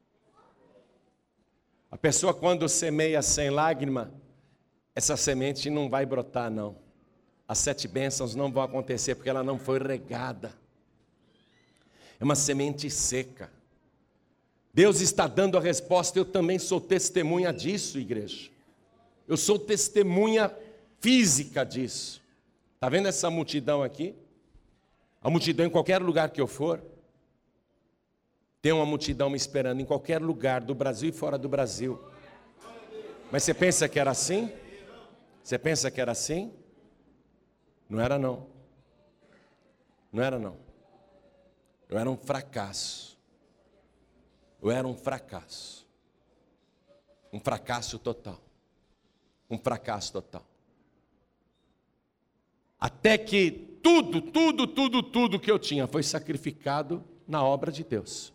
[SPEAKER 1] A pessoa, quando semeia sem lágrima, essa semente não vai brotar, não. As 7 bênçãos não vão acontecer porque ela não foi regada. É uma semente seca. Deus está dando a resposta. Eu também sou testemunha disso, igreja. Eu sou testemunha física disso. Está vendo essa multidão aqui? A multidão em qualquer lugar que eu for. Tem uma multidão me esperando em qualquer lugar do Brasil e fora do Brasil. Mas você pensa que era assim? Você pensa que era assim? Não era não. Não era não. Eu era um fracasso. Eu era um fracasso. Um fracasso total. Um fracasso total. Até que tudo que eu tinha foi sacrificado na obra de Deus.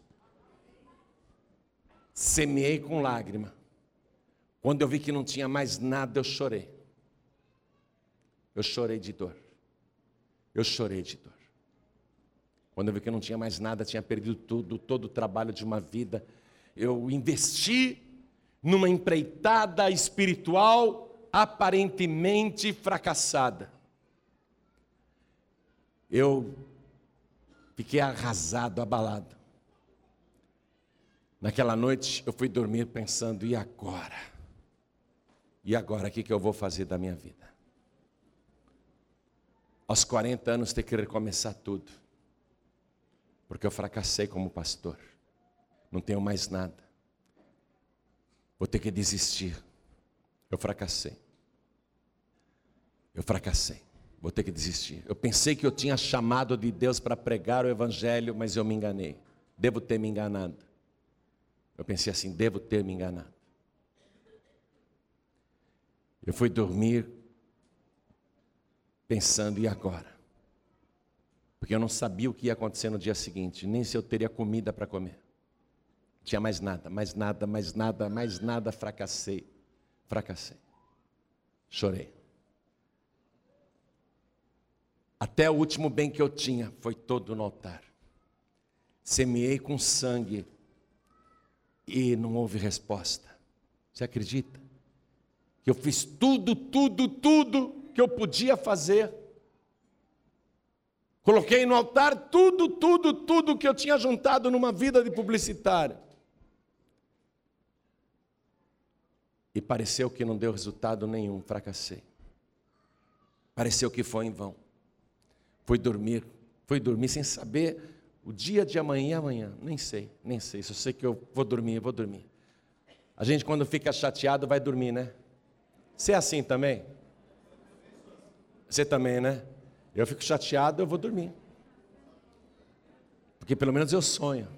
[SPEAKER 1] Semeei com lágrima. Quando eu vi que não tinha mais nada, eu chorei. Eu chorei de dor. Eu chorei de dor. Quando eu vi que não tinha mais nada, tinha perdido tudo, todo o trabalho de uma vida, eu investi numa empreitada espiritual aparentemente fracassada. Eu fiquei arrasado, abalado. Naquela noite eu fui dormir pensando, e agora? E agora, o que eu vou fazer da minha vida? Aos 40 anos ter que recomeçar tudo. Porque eu fracassei como pastor. Não tenho mais nada. Vou ter que desistir. Eu fracassei. Eu fracassei. Vou ter que desistir. Eu pensei que eu tinha chamado de Deus para pregar o evangelho, mas eu me enganei. Devo ter me enganado. Eu pensei assim, devo ter me enganado. Eu fui dormir pensando, e agora? Porque eu não sabia o que ia acontecer no dia seguinte, nem se eu teria comida para comer. Não tinha mais nada, fracassei. Chorei. Até o último bem que eu tinha foi todo no altar. Semeei com sangue e não houve resposta. Você acredita? Que eu fiz tudo que eu podia fazer. Coloquei no altar tudo que eu tinha juntado numa vida de publicitário. E pareceu que não deu resultado nenhum, fracassei. Pareceu que foi em vão. Fui dormir sem saber o dia de amanhã, nem sei. Só sei que eu vou dormir. A gente quando fica chateado vai dormir, né? Você é assim também? Você também, né? Eu fico chateado, eu vou dormir. Porque pelo menos eu sonho.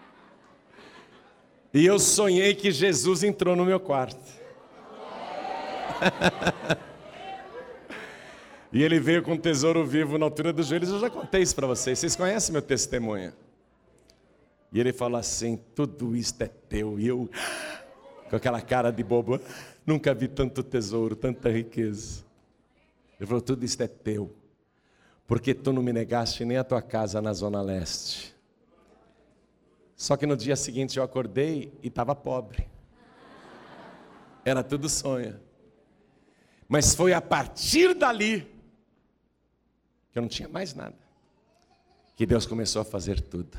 [SPEAKER 1] E eu sonhei que Jesus entrou no meu quarto. E ele veio com um tesouro vivo na altura dos joelhos. Eu já contei isso para vocês. Vocês conhecem meu testemunho. E ele falou assim: tudo isto é teu. E eu, com aquela cara de bobo, nunca vi tanto tesouro, tanta riqueza. Ele falou: tudo isto é teu, porque tu não me negaste nem a tua casa na Zona Leste. Só que no dia seguinte eu acordei e estava pobre. Era tudo sonho. Mas foi a partir dali que eu não tinha mais nada, que Deus começou a fazer tudo.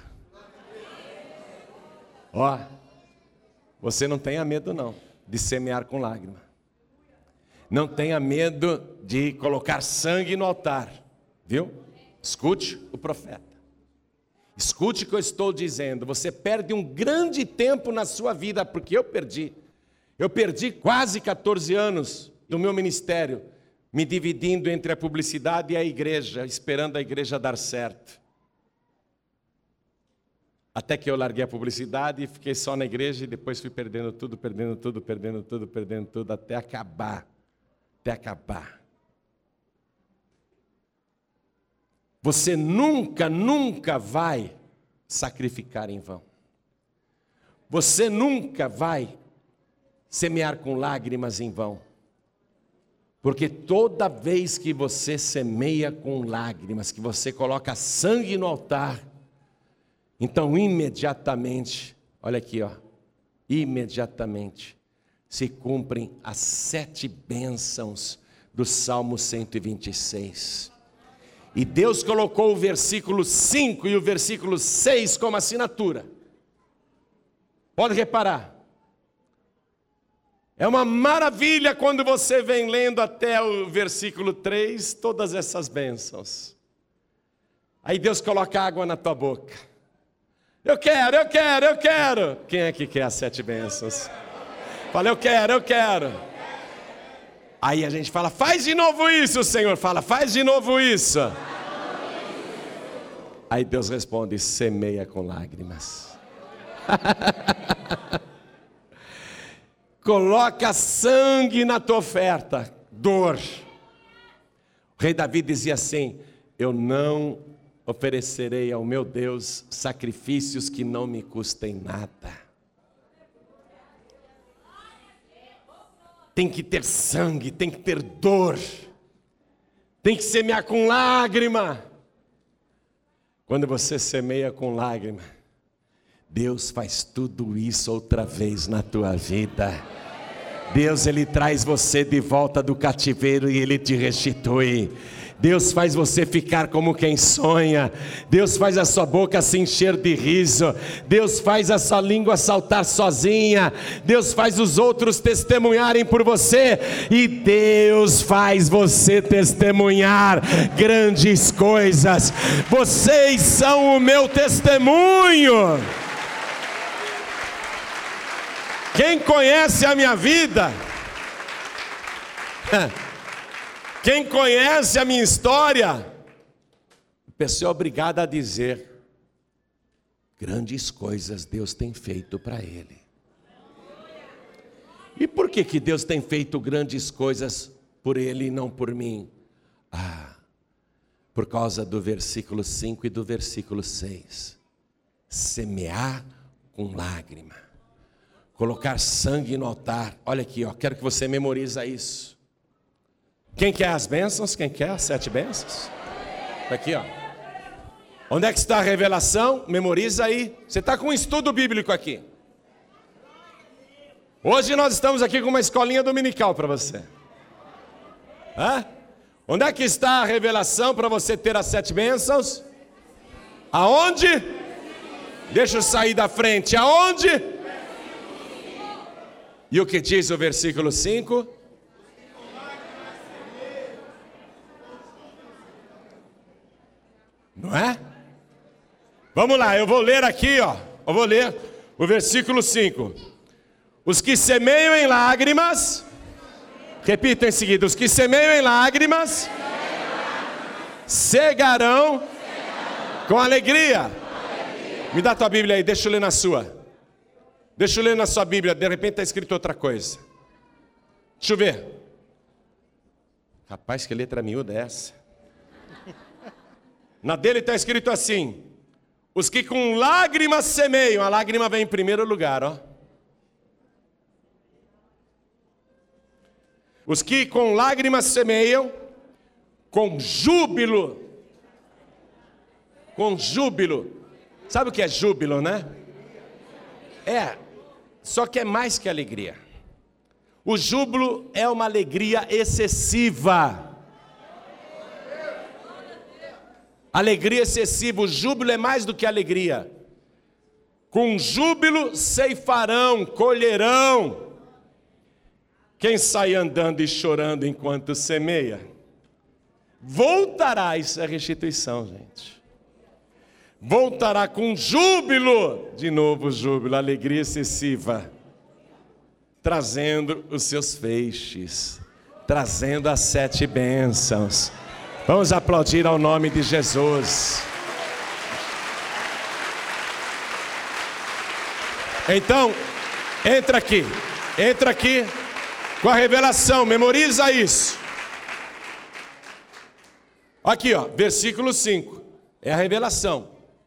[SPEAKER 1] Ó, você não tenha medo não de semear com lágrima. Não tenha medo de colocar sangue no altar, viu? Escute o profeta. Escute o que eu estou dizendo. Você perde um grande tempo na sua vida, porque eu perdi. Eu perdi quase 14 anos do meu ministério, me dividindo entre a publicidade e a igreja, esperando a igreja dar certo. Até que eu larguei a publicidade e fiquei só na igreja, e depois fui perdendo tudo, até acabar. Você nunca vai sacrificar em vão. Você nunca vai semear com lágrimas em vão. Porque toda vez que você semeia com lágrimas, que você coloca sangue no altar, então imediatamente, olha aqui, ó, imediatamente se cumprem as 7 bênçãos do Salmo 126. E Deus colocou o versículo 5 e o versículo 6 como assinatura. Pode reparar. É uma maravilha quando você vem lendo até o versículo 3, todas essas bênçãos. Aí Deus coloca água na tua boca. Eu quero. Quem é que quer as 7 bênçãos? Fala, eu quero. Aí a gente fala, faz de novo isso, o Senhor fala, faz de novo isso. Aí Deus responde, semeia com lágrimas. Coloca sangue na tua oferta, dor. O rei Davi dizia assim, eu não oferecerei ao meu Deus sacrifícios que não me custem nada. Tem que ter sangue, tem que ter dor, tem que semear com lágrima. Quando você semeia com lágrima, Deus faz tudo isso outra vez na tua vida. Deus, Ele traz você de volta do cativeiro e Ele te restitui. Deus faz você ficar como quem sonha. Deus faz a sua boca se encher de riso. Deus faz a sua língua saltar sozinha. Deus faz os outros testemunharem por você. E Deus faz você testemunhar grandes coisas. Vocês são o meu testemunho. Quem conhece a minha vida, quem conhece a minha história, a pessoa é obrigada a dizer, grandes coisas Deus tem feito para ele. E por que Deus tem feito grandes coisas por ele e não por mim? Por causa do versículo 5 e do versículo 6. Semear com lágrima. Colocar sangue no altar. Olha aqui, ó, quero que você memorize isso. Quem quer as bênçãos? Quem quer as 7 bênçãos? Tá aqui, ó. Onde é que está a revelação? Memoriza aí. Você está com um estudo bíblico aqui. Hoje nós estamos aqui com uma escolinha dominical para você. Onde é que está a revelação para você ter as 7 bênçãos? Aonde? Deixa eu sair da frente. Aonde? E o que diz o versículo 5? Não é? Vamos lá, eu vou ler aqui, ó. Eu vou ler o versículo 5. Os que semeiam em lágrimas, repita em seguida, os que semeiam em lágrimas, cegarão com alegria. Me dá tua Bíblia aí, deixa eu ler na sua. Deixa eu ler na sua Bíblia, de repente está escrito outra coisa. Deixa eu ver. Rapaz, que letra miúda é essa? Na dele está escrito assim: os que com lágrimas semeiam. A lágrima vem em primeiro lugar, ó. Os que com lágrimas semeiam, com júbilo. Com júbilo. Sabe o que é júbilo, né? Só que é mais que alegria. O júbilo é uma alegria excessiva. Alegria excessiva, o júbilo é mais do que alegria. Com júbilo ceifarão, colherão. Quem sai andando e chorando enquanto semeia, voltará, isso é restituição, gente. Voltará com júbilo, de novo júbilo, alegria excessiva, trazendo os seus feixes, trazendo as 7 bênçãos. Vamos aplaudir ao nome de Jesus. Então, entra aqui com a revelação, memoriza isso. Aqui, ó, versículo 5, é a revelação.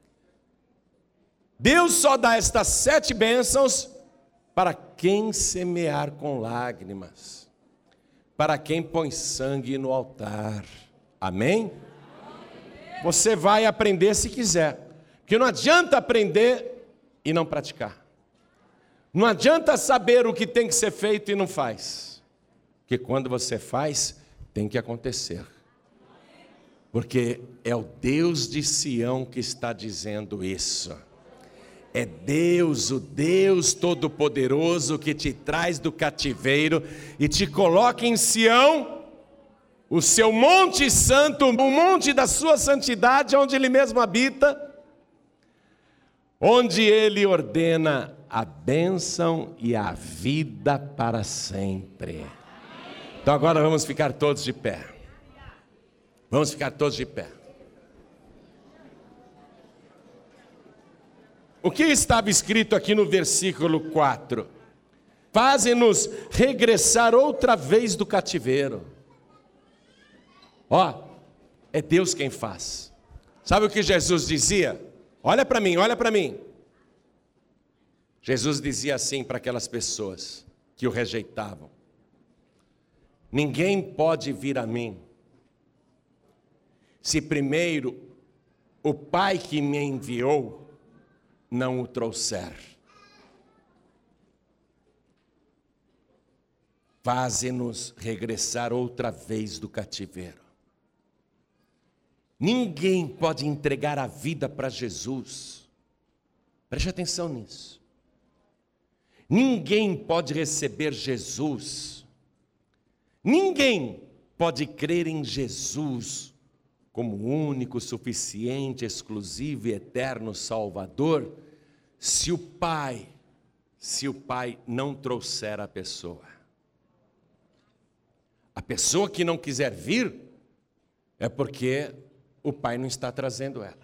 [SPEAKER 1] Deus só dá estas 7 bênçãos para quem semear com lágrimas, para quem põe sangue no altar. Amém? Você vai aprender se quiser, porque não adianta aprender e não praticar. Não adianta saber o que tem que ser feito e não faz, porque quando você faz, tem que acontecer. Porque é o Deus de Sião que está dizendo isso. É Deus, o Deus Todo-Poderoso, que te traz do cativeiro e te coloca em Sião, o seu monte santo, o monte da sua santidade, onde Ele mesmo habita, onde Ele ordena a bênção e a vida para sempre. Então agora vamos ficar todos de pé. Vamos ficar todos de pé. O que estava escrito aqui no versículo 4? Faze-nos regressar outra vez do cativeiro. Ó, é Deus quem faz. Sabe o que Jesus dizia? Olha para mim, olha para mim. Jesus dizia assim para aquelas pessoas que o rejeitavam: ninguém pode vir a mim se primeiro o Pai que me enviou não o trouxer. Faze-nos regressar outra vez do cativeiro. Ninguém pode entregar a vida para Jesus. Preste atenção nisso. Ninguém pode receber Jesus. Ninguém pode crer em Jesus como único, suficiente, exclusivo e eterno Salvador, se o Pai não trouxer a pessoa. A pessoa que não quiser vir é porque o Pai não está trazendo ela.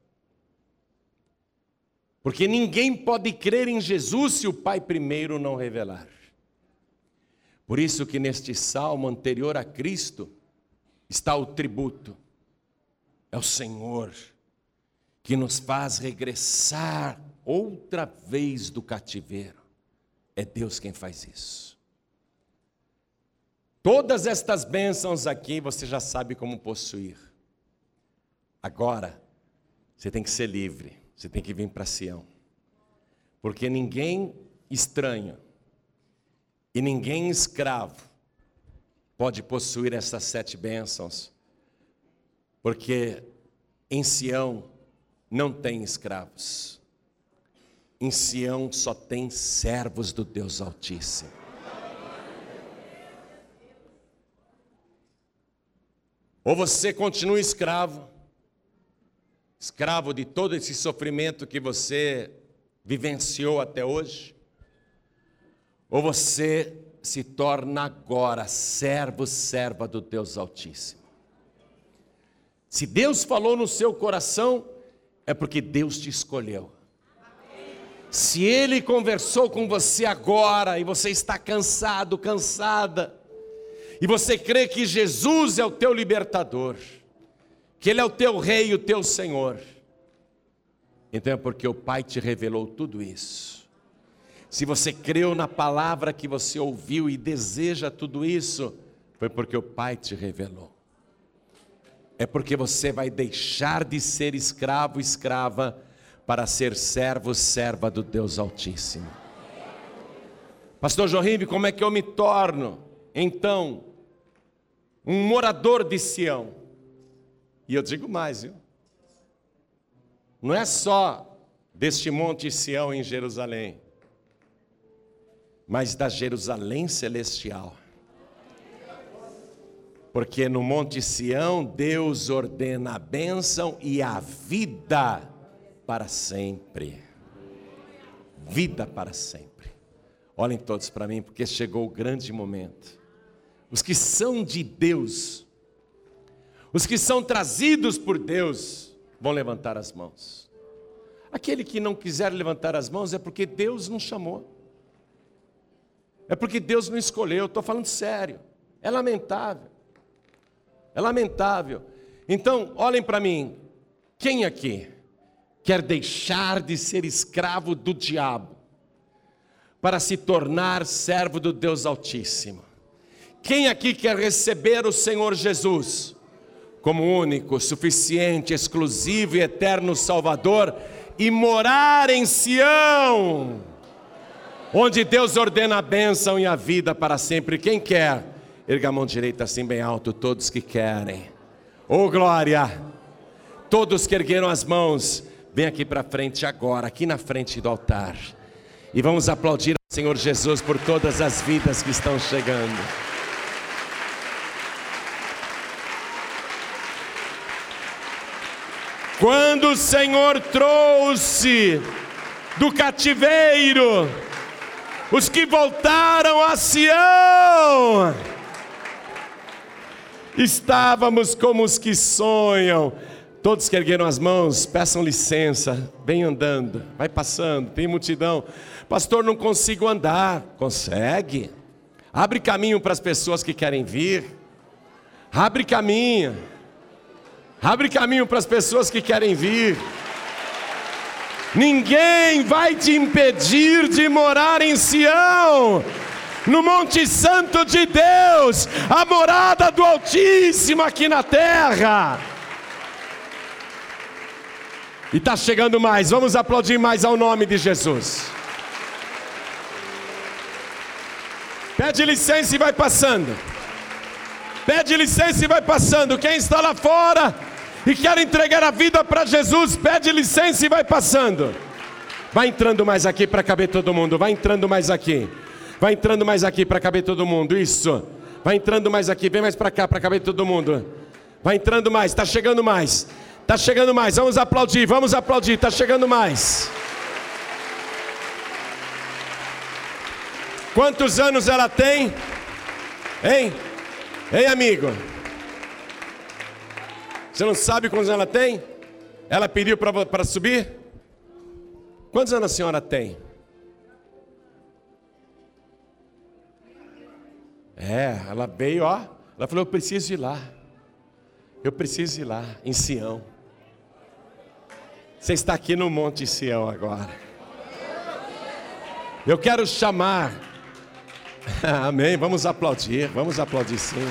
[SPEAKER 1] Porque ninguém pode crer em Jesus se o Pai primeiro não revelar. Por isso que neste salmo anterior a Cristo está o tributo. É o Senhor que nos faz regressar outra vez do cativeiro. É Deus quem faz isso. Todas estas bênçãos aqui você já sabe como possuir. Agora, você tem que ser livre. Você tem que vir para Sião. Porque ninguém estranho e ninguém escravo pode possuir essas 7 bênçãos. Porque em Sião não tem escravos. Em Sião só tem servos do Deus Altíssimo. Ou você continua escravo de todo esse sofrimento que você vivenciou até hoje, ou você se torna agora servo, serva do Deus Altíssimo. Se Deus falou no seu coração, é porque Deus te escolheu. Se Ele conversou com você agora e você está cansado, cansada, e você crê que Jesus é o teu libertador, que Ele é o teu Rei e o teu Senhor, então é porque o Pai te revelou tudo isso. Se você creu na palavra que você ouviu e deseja tudo isso, foi porque o Pai te revelou. É porque você vai deixar de ser escravo, escrava, para ser servo, serva do Deus Altíssimo. Pastor Jorrive, como é que eu me torno, então, um morador de Sião? E eu digo mais, viu? Não é só deste monte Sião em Jerusalém, mas da Jerusalém celestial. Porque no monte Sião, Deus ordena a bênção e a vida para sempre. Vida para sempre. Olhem todos para mim, porque chegou o grande momento. Os que são de Deus, os que são trazidos por Deus, vão levantar as mãos. Aquele que não quiser levantar as mãos é porque Deus não chamou. É porque Deus não escolheu. Estou falando sério. É lamentável. É lamentável. Então, olhem para mim. Quem aqui quer deixar de ser escravo do diabo para se tornar servo do Deus Altíssimo? Quem aqui quer receber o Senhor Jesus como único, suficiente, exclusivo e eterno Salvador e morar em Sião, onde Deus ordena a bênção e a vida para sempre? Quem quer? Erga a mão direita assim bem alto, todos que querem. Oh glória! Todos que ergueram as mãos, vem aqui para frente agora, aqui na frente do altar. E vamos aplaudir ao Senhor Jesus por todas as vidas que estão chegando. Quando o Senhor trouxe do cativeiro os que voltaram a Sião, estávamos como os que sonham. Todos que ergueram as mãos, peçam licença, vem andando, vai passando, tem multidão. Pastor, não consigo andar. Consegue. Abre caminho para as pessoas que querem vir. Abre caminho. Abre caminho para as pessoas que querem vir. Ninguém vai te impedir de morar em Sião, no Monte Santo de Deus, a morada do Altíssimo aqui na terra. E está chegando mais, vamos aplaudir mais ao nome de Jesus. Pede licença e vai passando. Pede licença e vai passando. Quem está lá fora e quer entregar a vida para Jesus, pede licença e vai passando. Vai entrando mais aqui para caber todo mundo. Vai entrando mais aqui. Vai entrando mais aqui para caber todo mundo. Isso. Vai entrando mais aqui. Vem mais para cá para caber todo mundo. Vai entrando mais. Está chegando mais. Está chegando mais. Vamos aplaudir. Vamos aplaudir. Está chegando mais. Quantos anos ela tem? Hein? Ei, amigo. Você não sabe quantos anos ela tem? Ela pediu para subir? Quantos anos a senhora tem? Ela veio, ó. Ela falou, eu preciso ir lá. Eu preciso ir lá, em Sião. Você está aqui no Monte Sião agora. Eu quero chamar. Amém, vamos aplaudir sim.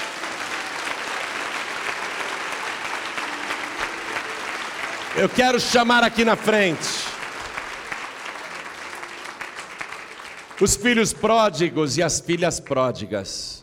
[SPEAKER 1] Eu quero chamar aqui na frente os filhos pródigos e as filhas pródigas.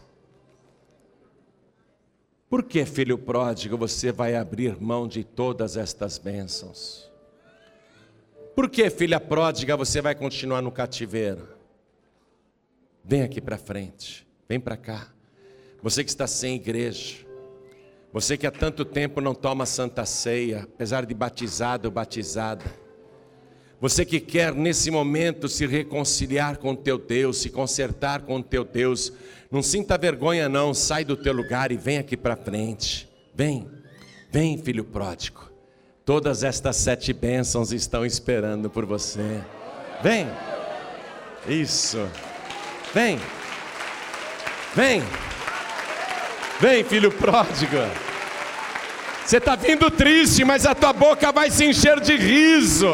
[SPEAKER 1] Por que, filho pródigo, você vai abrir mão de todas estas bênçãos? Por que, filha pródiga, você vai continuar no cativeiro? Vem aqui para frente, vem para cá. Você que está sem igreja, você que há tanto tempo não toma santa ceia, apesar de batizado ou batizada. Você que quer nesse momento se reconciliar com o teu Deus, se consertar com o teu Deus, não sinta vergonha não, sai do teu lugar e vem aqui para frente. Vem, vem, filho pródigo. Todas estas 7 bênçãos estão esperando por você. Vem, isso, vem, vem, Vem, filho pródigo. Você está vindo triste, mas a tua boca vai se encher de riso.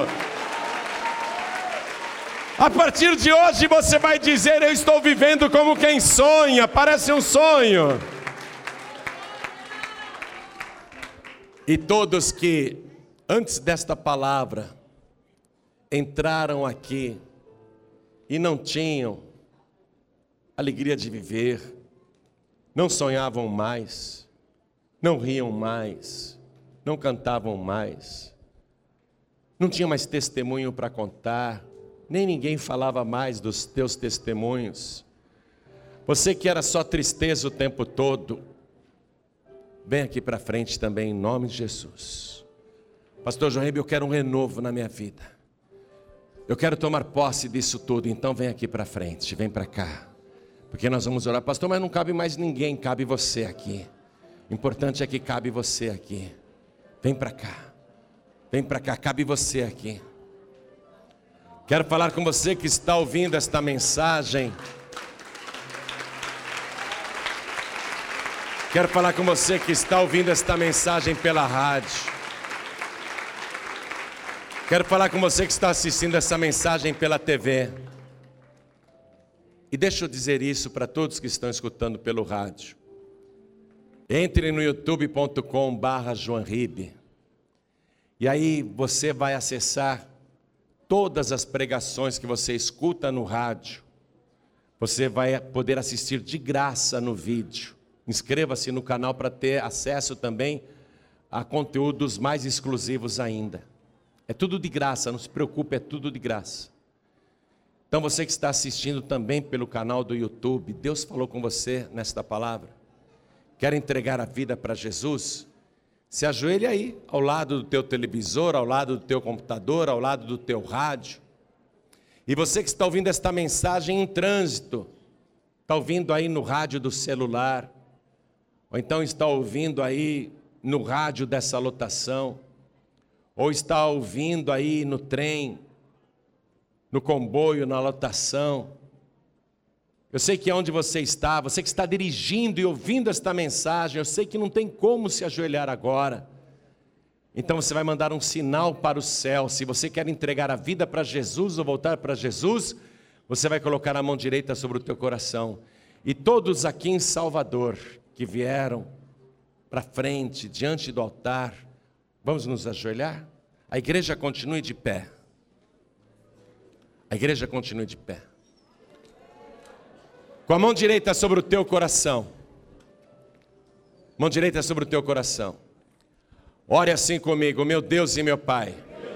[SPEAKER 1] A partir de hoje você vai dizer: eu estou vivendo como quem sonha, parece um sonho. E todos que, antes desta palavra, entraram aqui e não tinham alegria de viver, não sonhavam mais, não riam mais, não cantavam mais, não tinha mais testemunho para contar, nem ninguém falava mais dos teus testemunhos. Você que era só tristeza o tempo todo, vem aqui para frente também, em nome de Jesus. Pastor João Ribeiro, eu quero um renovo na minha vida. Eu quero tomar posse disso tudo, então vem aqui para frente, vem para cá. Porque nós vamos orar. Pastor, mas não cabe mais ninguém, cabe você aqui. O importante é que cabe você aqui. Vem para cá, cabe você aqui. Quero falar com você que está ouvindo esta mensagem. Quero falar com você que está ouvindo esta mensagem pela rádio. Quero falar com você que está assistindo essa mensagem pela TV. E deixa eu dizer isso para todos que estão escutando pelo rádio. Entre no youtube.com/joanribe. E aí você vai acessar todas as pregações que você escuta no rádio. Você vai poder assistir de graça no vídeo. Inscreva-se no canal para ter acesso também a conteúdos mais exclusivos ainda. É tudo de graça, não se preocupe, é tudo de graça. Então você que está assistindo também pelo canal do YouTube, Deus falou com você nesta palavra. Quer entregar a vida para Jesus? Se ajoelhe aí, ao lado do teu televisor, ao lado do teu computador, ao lado do teu rádio. E você que está ouvindo esta mensagem em trânsito, está ouvindo aí no rádio do celular, ou então está ouvindo aí no rádio dessa lotação, ou está ouvindo aí no trem, no comboio, na lotação. Eu sei que é onde você que está dirigindo e ouvindo esta mensagem, eu sei que não tem como se ajoelhar agora. Então você vai mandar um sinal para o céu. Se você quer entregar a vida para Jesus ou voltar para Jesus, você vai colocar a mão direita sobre o teu coração. E todos aqui em Salvador que vieram para frente, diante do altar, vamos nos ajoelhar? A igreja continue de pé. A igreja continue de pé. Com a mão direita sobre o teu coração. Mão direita sobre o teu coração. Ore assim comigo: meu Deus e meu Pai.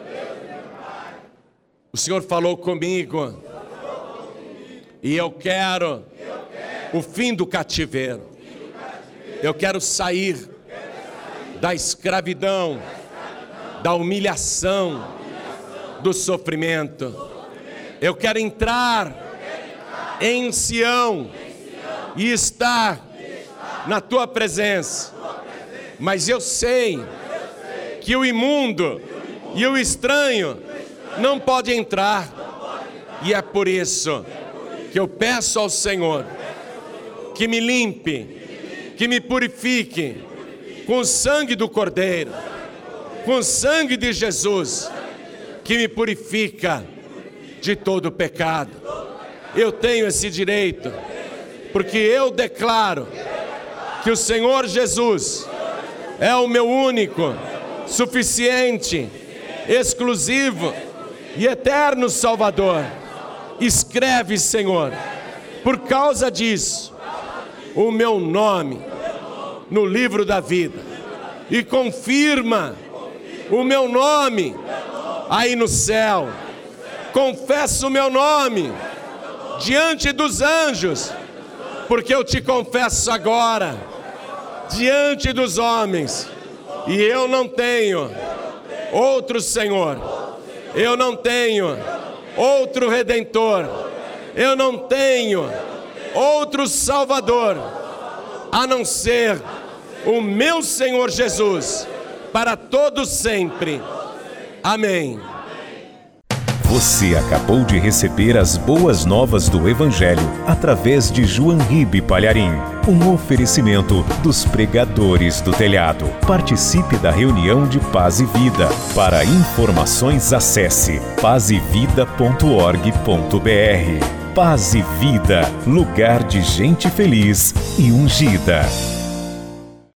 [SPEAKER 1] O Senhor falou comigo. E eu quero o fim do cativeiro. Eu quero sair da escravidão, da humilhação, do sofrimento. Eu quero entrar em Sião e estar na tua presença. Mas eu sei que o imundo e o estranho não pode entrar. E é por isso que eu peço ao Senhor que me limpe, que me purifique com o sangue do Cordeiro, com o sangue de Jesus, que me purifica de todo o pecado. Eu tenho esse direito, porque eu declaro que o Senhor Jesus é o meu único, suficiente, exclusivo e eterno Salvador. Escreve, Senhor, por causa disso, o meu nome no livro da vida, e confirma o meu nome aí no céu. Confesso o meu nome diante dos anjos, porque eu te confesso agora diante dos homens. E eu não tenho outro Senhor, eu não tenho outro Redentor, eu não tenho outro Salvador, a não ser o meu Senhor Jesus, para todos sempre. Amém.
[SPEAKER 3] Você acabou de receber as boas novas do Evangelho através de João Ribe Palharim. Um oferecimento dos pregadores do telhado. Participe da reunião de Paz e Vida. Para informações, acesse pazevida.org.br. Paz e Vida, lugar de gente feliz e ungida.